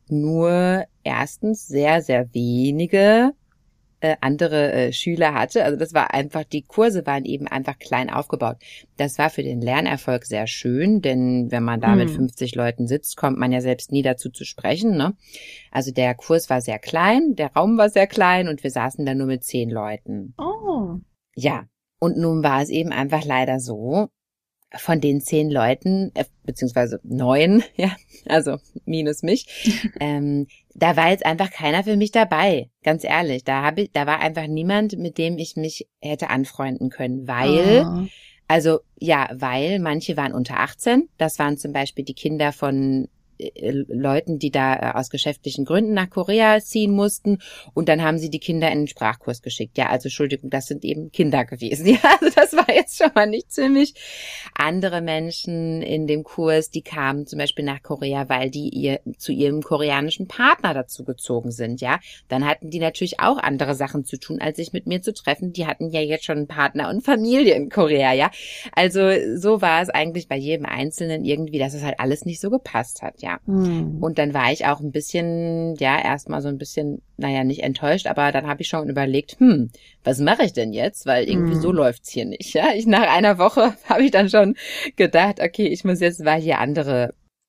nur erstens sehr, sehr wenige Äh, andere äh, Schüler hatte. Also das war einfach, die Kurse waren eben einfach klein aufgebaut. Das war für den Lernerfolg sehr schön, denn wenn man da hm. mit fünfzig Leuten sitzt, kommt man ja selbst nie dazu zu sprechen, ne? Also der Kurs war sehr klein, der Raum war sehr klein und wir saßen da nur mit zehn Leuten.
Oh.
Ja, und nun war es eben einfach leider so, von den zehn Leuten, äh, beziehungsweise neun, ja, also minus mich, ähm, da war jetzt einfach keiner für mich dabei, ganz ehrlich. Da habe ich, da war einfach niemand, mit dem ich mich hätte anfreunden können, weil,
oh.
also ja, weil manche waren unter achtzehn, das waren zum Beispiel die Kinder von Leuten, die da aus geschäftlichen Gründen nach Korea ziehen mussten, und dann haben sie die Kinder in den Sprachkurs geschickt. Ja, also Entschuldigung, das sind eben Kinder gewesen. Ja, also das war jetzt schon mal nicht für mich. Andere Menschen in dem Kurs, die kamen zum Beispiel nach Korea, weil die ihr zu ihrem koreanischen Partner dazu gezogen sind. Ja, dann hatten die natürlich auch andere Sachen zu tun, als sich mit mir zu treffen. Die hatten ja jetzt schon einen Partner und Familie in Korea. Ja, also so war es eigentlich bei jedem Einzelnen irgendwie, dass es halt alles nicht so gepasst hat. Ja.
Hm.
Und dann war ich auch ein bisschen, ja, erstmal so ein bisschen, naja, nicht enttäuscht, aber dann habe ich schon überlegt, hm, was mache ich denn jetzt? Weil irgendwie
hm.
so läuft's hier nicht, ja. Ich, nach einer Woche habe ich dann schon gedacht, okay, ich muss jetzt mal hier andere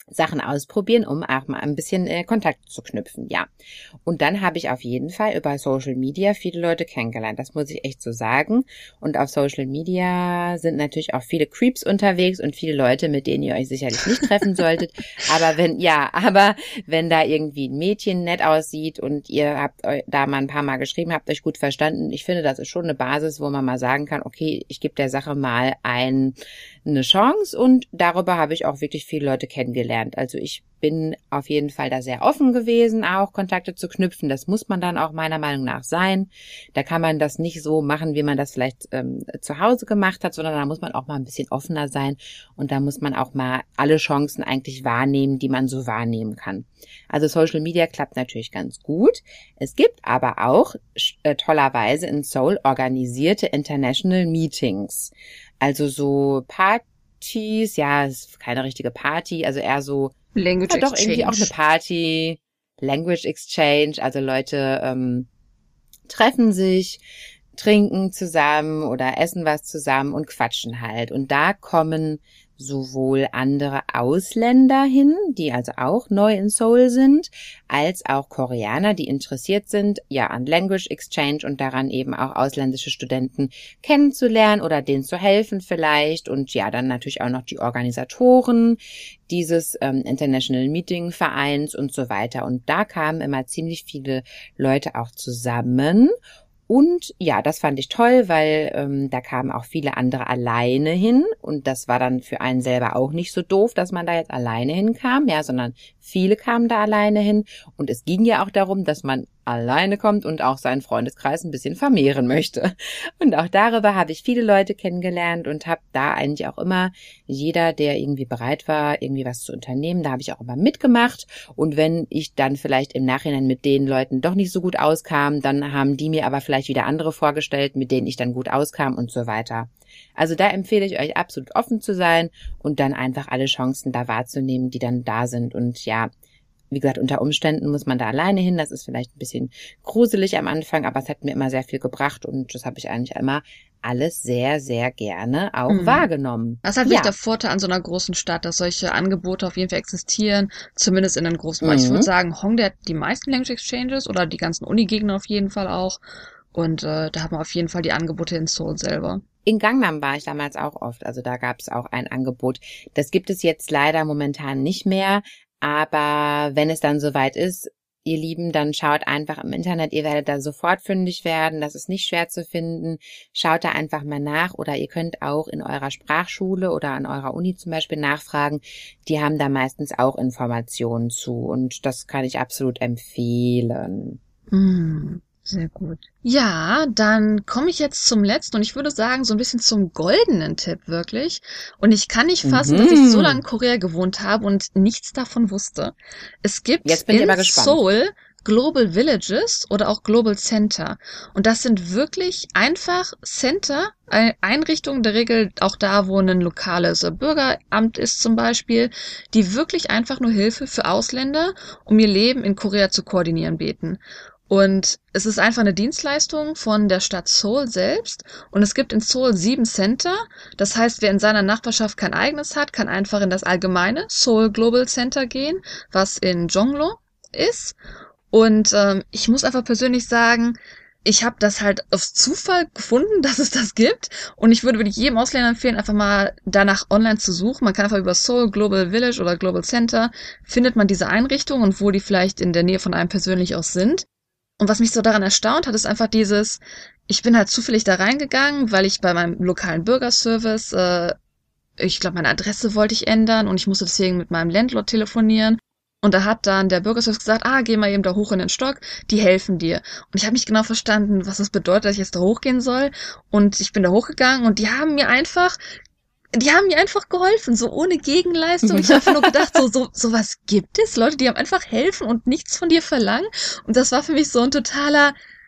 Sachen ausprobieren, um auch mal ein bisschen äh, Kontakt zu knüpfen, ja. Und dann habe ich auf jeden Fall über Social Media viele Leute kennengelernt, das muss ich echt so sagen. Und auf Social Media sind natürlich auch viele Creeps unterwegs und viele Leute, mit denen ihr euch sicherlich nicht treffen solltet. Aber wenn, ja, aber wenn da irgendwie ein Mädchen nett aussieht und ihr habt euch da mal ein paar Mal geschrieben, habt euch gut verstanden, ich finde, das ist schon eine Basis, wo man mal sagen kann, okay, ich gebe der Sache mal ein eine Chance und darüber habe ich auch wirklich viele Leute kennengelernt. Also ich bin auf jeden Fall da sehr offen gewesen, auch Kontakte zu knüpfen. Das muss man dann auch meiner Meinung nach sein. Da kann man das nicht so machen, wie man das vielleicht ähm, zu Hause gemacht hat, sondern da muss man auch mal ein bisschen offener sein und da muss man auch mal alle Chancen eigentlich wahrnehmen, die man so wahrnehmen kann. Also Social Media klappt natürlich ganz gut. Es gibt aber auch äh, tollerweise in Seoul organisierte International Meetings. Also so Partys, ja, ist keine richtige Party, also eher so
Language
ja, doch
Exchange.
irgendwie auch eine Party, Language Exchange, also Leute ähm, treffen sich, trinken zusammen oder essen was zusammen und quatschen halt. Und da kommen sowohl andere Ausländer hin, die also auch neu in Seoul sind, als auch Koreaner, die interessiert sind, ja, an Language Exchange und daran eben auch ausländische Studenten kennenzulernen oder denen zu helfen vielleicht. Und ja, dann natürlich auch noch die Organisatoren dieses ähm, International Meeting Vereins und so weiter. Und da kamen immer ziemlich viele Leute auch zusammen. Und ja, das fand ich toll, weil ähm, da kamen auch viele andere alleine hin und das war dann für einen selber auch nicht so doof, dass man da jetzt alleine hinkam, ja, sondern viele kamen da alleine hin und es ging ja auch darum, dass man alleine kommt und auch seinen Freundeskreis ein bisschen vermehren möchte. Und auch darüber habe ich viele Leute kennengelernt und habe da eigentlich auch immer jeder, der irgendwie bereit war, irgendwie was zu unternehmen, da habe ich auch immer mitgemacht. Und wenn ich dann vielleicht im Nachhinein mit den Leuten doch nicht so gut auskam, dann haben die mir aber vielleicht wieder andere vorgestellt, mit denen ich dann gut auskam und so weiter. Also da empfehle ich euch absolut offen zu sein und dann einfach alle Chancen da wahrzunehmen, die dann da sind. Und ja, wie gesagt, unter Umständen muss man da alleine hin. Das ist vielleicht ein bisschen gruselig am Anfang, aber es hat mir immer sehr viel gebracht und das habe ich eigentlich immer alles sehr, sehr gerne auch mhm. wahrgenommen.
Das ist halt ja. wirklich der Vorteil an so einer großen Stadt, dass solche Angebote auf jeden Fall existieren, zumindest in einem großen Bereich. Mhm. Ich würde sagen, Hongdae hat die meisten Language Exchanges oder die ganzen Uni-Gegner auf jeden Fall auch und äh, da haben wir auf jeden Fall die Angebote in Seoul selber.
In Gangnam war ich damals auch oft, also da gab es auch ein Angebot. Das gibt es jetzt leider momentan nicht mehr. Aber wenn es dann soweit ist, ihr Lieben, dann schaut einfach im Internet, ihr werdet da sofort fündig werden, das ist nicht schwer zu finden. Schaut da einfach mal nach oder ihr könnt auch in eurer Sprachschule oder an eurer Uni zum Beispiel nachfragen. Die haben da meistens auch Informationen zu und das kann ich absolut empfehlen.
Mm. Sehr gut. Ja, dann komme ich jetzt zum letzten und ich würde sagen, so ein bisschen zum goldenen Tipp wirklich. Und ich kann nicht fassen, mhm. dass ich so lange in Korea gewohnt habe und nichts davon wusste. Es gibt
jetzt bin ich
in
aber gespannt.
Seoul Global Villages oder auch Global Center. Und das sind wirklich einfach Center, Einrichtungen, der Regel auch da, wo ein lokales Bürgeramt ist zum Beispiel, die wirklich einfach nur Hilfe für Ausländer, um ihr Leben in Korea zu koordinieren, bieten. Und es ist einfach eine Dienstleistung von der Stadt Seoul selbst. Und es gibt in Seoul sieben Center. Das heißt, wer in seiner Nachbarschaft kein eigenes hat, kann einfach in das allgemeine Seoul Global Center gehen, was in Jonglo ist. Und ähm, ich muss einfach persönlich sagen, ich habe das halt auf Zufall gefunden, dass es das gibt. Und ich würde wirklich jedem Ausländer empfehlen, einfach mal danach online zu suchen. Man kann einfach über Seoul Global Village oder Global Center findet man diese Einrichtungen und wo die vielleicht in der Nähe von einem persönlich auch sind. Und was mich so daran erstaunt hat, ist einfach dieses, ich bin halt zufällig da reingegangen, weil ich bei meinem lokalen Bürgerservice, äh, ich glaube, meine Adresse wollte ich ändern und ich musste deswegen mit meinem Landlord telefonieren. Und da hat dann der Bürgerservice gesagt, ah, geh mal eben da hoch in den Stock, die helfen dir. Und ich habe nicht genau verstanden, was das bedeutet, dass ich jetzt da hochgehen soll. Und ich bin da hochgegangen und die haben mir einfach... Die haben mir einfach geholfen, so ohne Gegenleistung. Ich habe einfach nur gedacht, so, so, so was gibt es? Leute, die haben einfach helfen und nichts von dir verlangen. Und das war für mich so ein totaler,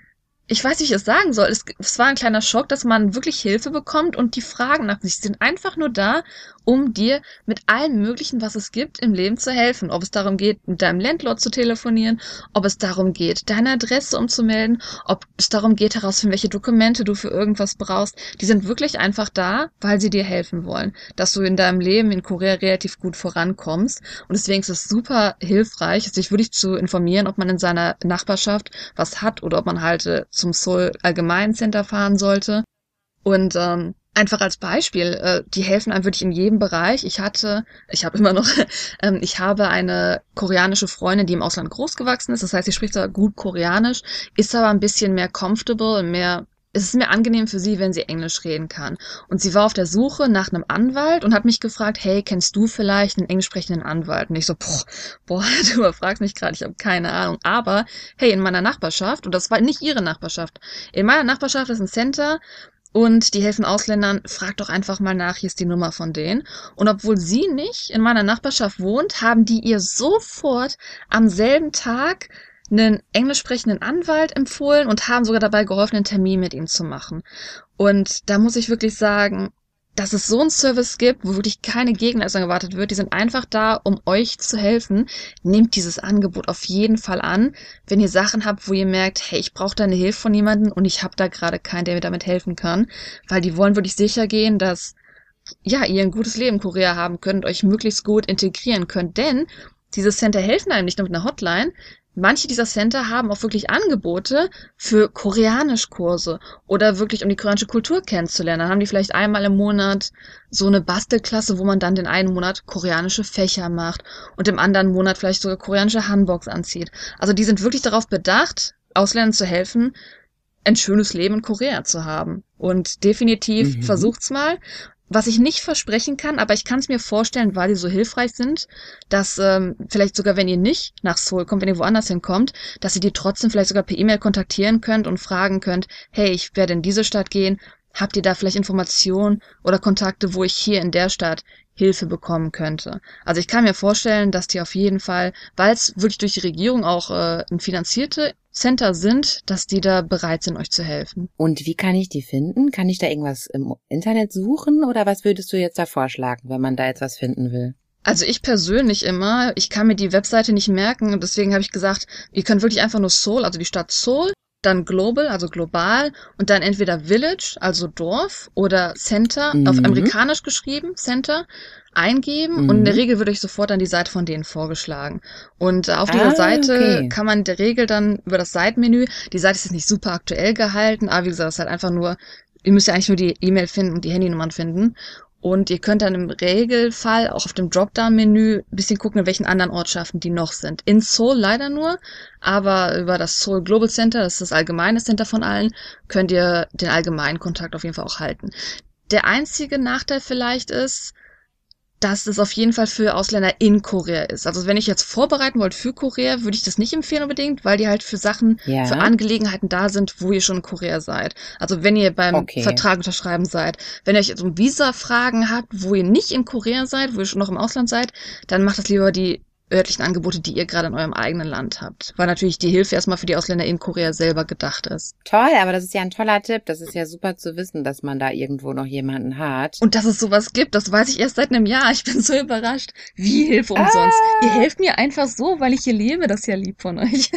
ich weiß nicht, wie ich es sagen soll. Es, es war ein kleiner Schock, dass man wirklich Hilfe bekommt und die Fragen nach sich sind einfach nur da, um dir mit allem Möglichen, was es gibt, im Leben zu helfen. Ob es darum geht, mit deinem Landlord zu telefonieren, ob es darum geht, deine Adresse umzumelden, ob es darum geht, herauszufinden, welche Dokumente du für irgendwas brauchst. Die sind wirklich einfach da, weil sie dir helfen wollen, dass du in deinem Leben in Korea relativ gut vorankommst. Und deswegen ist es super hilfreich, sich wirklich zu informieren, ob man in seiner Nachbarschaft was hat oder ob man halt äh, zum Seoul Allgemein Center fahren sollte. Und ähm, einfach als Beispiel, äh, die helfen einem wirklich in jedem Bereich. Ich hatte, ich habe immer noch, ähm, ich habe eine koreanische Freundin, die im Ausland groß gewachsen ist. Das heißt, sie spricht da gut Koreanisch, ist aber ein bisschen mehr comfortable, mehr, es ist mir angenehm für sie, wenn sie Englisch reden kann. Und sie war auf der Suche nach einem Anwalt und hat mich gefragt, hey, kennst du vielleicht einen englisch sprechenden Anwalt? Und ich so, boah, boah, du überfragst mich gerade, ich habe keine Ahnung. Aber, hey, in meiner Nachbarschaft, und das war nicht ihre Nachbarschaft, in meiner Nachbarschaft ist ein Center, und die helfen Ausländern, frag doch einfach mal nach, hier ist die Nummer von denen. Und obwohl sie nicht in meiner Nachbarschaft wohnt, haben die ihr sofort am selben Tag einen englisch sprechenden Anwalt empfohlen und haben sogar dabei geholfen, einen Termin mit ihm zu machen. Und da muss ich wirklich sagen, dass es so einen Service gibt, wo wirklich keine Gegenleistung erwartet wird. Die sind einfach da, um euch zu helfen. Nehmt dieses Angebot auf jeden Fall an, wenn ihr Sachen habt, wo ihr merkt, hey, ich brauche da eine Hilfe von jemandem und ich habe da gerade keinen, der mir damit helfen kann. Weil die wollen wirklich sicher gehen, dass ja ihr ein gutes Leben in Korea haben könnt und euch möglichst gut integrieren könnt. Denn diese Center helfen einem nicht nur mit einer Hotline. Manche dieser Center haben auch wirklich Angebote für Koreanischkurse oder wirklich, um die koreanische Kultur kennenzulernen. Dann haben die vielleicht einmal im Monat so eine Bastelklasse, wo man dann den einen Monat koreanische Fächer macht und im anderen Monat vielleicht sogar koreanische Hanboks anzieht. Also die sind wirklich darauf bedacht, Ausländern zu helfen, ein schönes Leben in Korea zu haben. Und definitiv
Mhm.
versucht's mal. Was ich nicht versprechen kann, aber ich kann es mir vorstellen, weil die so hilfreich sind, dass ähm, vielleicht sogar, wenn ihr nicht nach Seoul kommt, wenn ihr woanders hinkommt, dass ihr die trotzdem vielleicht sogar per E-Mail kontaktieren könnt und fragen könnt, hey, ich werde in diese Stadt gehen, habt ihr da vielleicht Informationen oder Kontakte, wo ich hier in der Stadt Hilfe bekommen könnte? Also ich kann mir vorstellen, dass die auf jeden Fall, weil es wirklich durch die Regierung auch äh, ein finanzierte Center sind, dass die da bereit sind, euch zu helfen.
Und wie kann ich die finden? Kann ich da irgendwas im Internet suchen oder was würdest du jetzt da vorschlagen, wenn man da jetzt was finden will?
Also ich persönlich immer, ich kann mir die Webseite nicht merken und deswegen habe ich gesagt, ihr könnt wirklich einfach nur Seoul, also die Stadt Seoul, dann Global, also global und dann entweder Village, also Dorf oder Center,
Mhm.
auf amerikanisch geschrieben, Center, eingeben
Mhm.
und in der Regel wird euch sofort dann die Seite von denen vorgeschlagen. Und äh, auf dieser
Ah,
Seite
okay.
kann man in der Regel dann über das Seitenmenü, die Seite ist jetzt nicht super aktuell gehalten, aber wie gesagt, es ist halt einfach nur, ihr müsst ja eigentlich nur die E-Mail finden und die Handynummern finden. Und ihr könnt dann im Regelfall auch auf dem Dropdown-Menü ein bisschen gucken, in welchen anderen Ortschaften die noch sind. In Seoul leider nur, aber über das Seoul Global Center, das ist das allgemeine Center von allen, könnt ihr den allgemeinen Kontakt auf jeden Fall auch halten. Der einzige Nachteil vielleicht ist, dass es auf jeden Fall für Ausländer in Korea ist. Also wenn ich jetzt vorbereiten wollt für Korea, würde ich das nicht empfehlen unbedingt, weil die halt für Sachen,
Ja.
für Angelegenheiten da sind, wo ihr schon in Korea seid. Also wenn ihr beim
Okay.
Vertrag unterschreiben seid, wenn ihr euch so Visa-Fragen habt, wo ihr nicht in Korea seid, wo ihr schon noch im Ausland seid, dann macht das lieber die örtlichen Angebote, die ihr gerade in eurem eigenen Land habt. Weil natürlich die Hilfe erstmal für die Ausländer in Korea selber gedacht ist.
Toll, aber das ist ja ein toller Tipp. Das ist ja super zu wissen, dass man da irgendwo noch jemanden hat.
Und dass es sowas gibt, das weiß ich erst seit einem Jahr. Ich bin so überrascht. Wie Hilfe umsonst?
Ah.
Ihr helft mir einfach so, weil ich hier lebe. Das ist ja lieb von euch.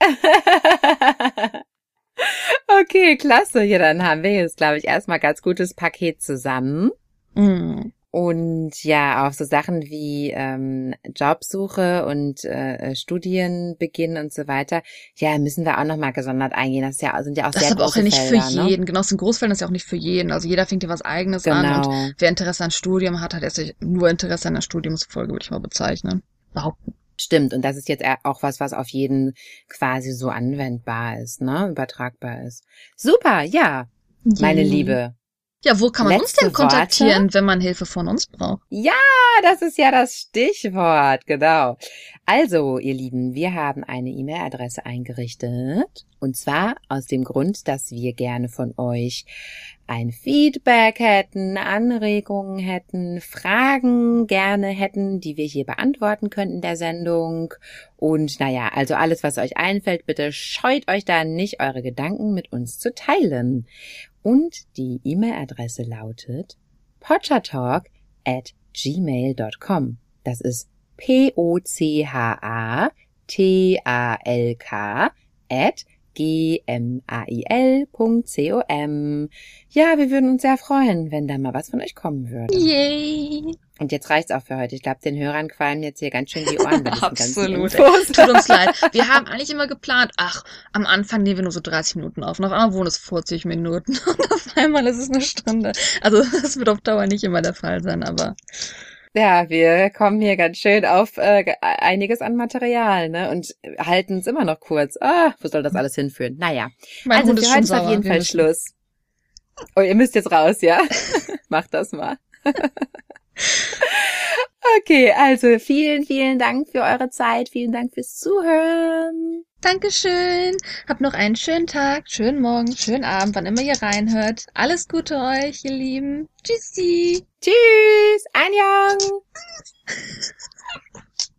Okay, klasse. Ja, dann haben wir jetzt, glaube ich, erstmal ganz gutes Paket zusammen.
Mm.
Und ja, auf so Sachen wie ähm, Jobsuche und äh, Studienbeginn und so weiter, ja, müssen wir auch nochmal gesondert eingehen. Das ist ja, sind ja auch
Das
sehr
ist aber auch
große
ja nicht
Felder,
für jeden. Genau, es sind Großfällen, das ist ja auch nicht für jeden. Also jeder fängt ja was Eigenes an.
Genau.
Und wer Interesse an Studium hat, hat erst nur Interesse an der Studiumsfolge, würde ich mal bezeichnen. Behaupten.
Stimmt, und das ist jetzt auch was, was auf jeden quasi so anwendbar ist, ne, übertragbar ist. Super, ja, meine
Yay.
Liebe.
Ja, wo kann man uns
Letzte
denn kontaktieren,
Worte?
wenn man Hilfe von uns braucht?
Ja, das ist ja das Stichwort, genau. Also, ihr Lieben, wir haben eine E-Mail-Adresse eingerichtet. Und zwar aus dem Grund, dass wir gerne von euch ein Feedback hätten, Anregungen hätten, Fragen gerne hätten, die wir hier beantworten könnten in der Sendung. Und naja, also alles, was euch einfällt, bitte scheut euch da nicht, eure Gedanken mit uns zu teilen. Und die E-Mail-Adresse lautet pochatalk at gmail dot com. Das ist P O C H A T A L K at G M A I L Punkt com. Ja, wir würden uns sehr freuen, wenn da mal was von euch kommen würde.
Yay!
Und jetzt reicht's auch für heute. Ich glaube, den Hörern qualmen jetzt hier ganz schön die Ohren bei diesen ganzen
Absolut.
Infos.
Tut uns leid. Wir haben eigentlich immer geplant, ach, am Anfang nehmen wir nur so dreißig Minuten auf. Und auf einmal wurden es vierzig Minuten. Und auf einmal ist es eine Stunde. Also das wird auf Dauer nicht immer der Fall sein, aber...
Ja, wir kommen hier ganz schön auf äh, einiges an Material, ne? Und halten es immer noch kurz. Ah, wo soll das alles hinführen? Naja,
Mein
also
Hund ist
für
schon
heute ist
sauer.
auf jeden
Wir
Fall
müssen-
Schluss. Oh, ihr müsst jetzt raus, ja? Macht das mal. Okay, also vielen, vielen Dank für eure Zeit. Vielen Dank fürs Zuhören.
Dankeschön. Habt noch einen schönen Tag, schönen Morgen, schönen Abend, wann immer ihr reinhört. Alles Gute euch, ihr Lieben. Tschüssi.
Tschüss. Annyeong.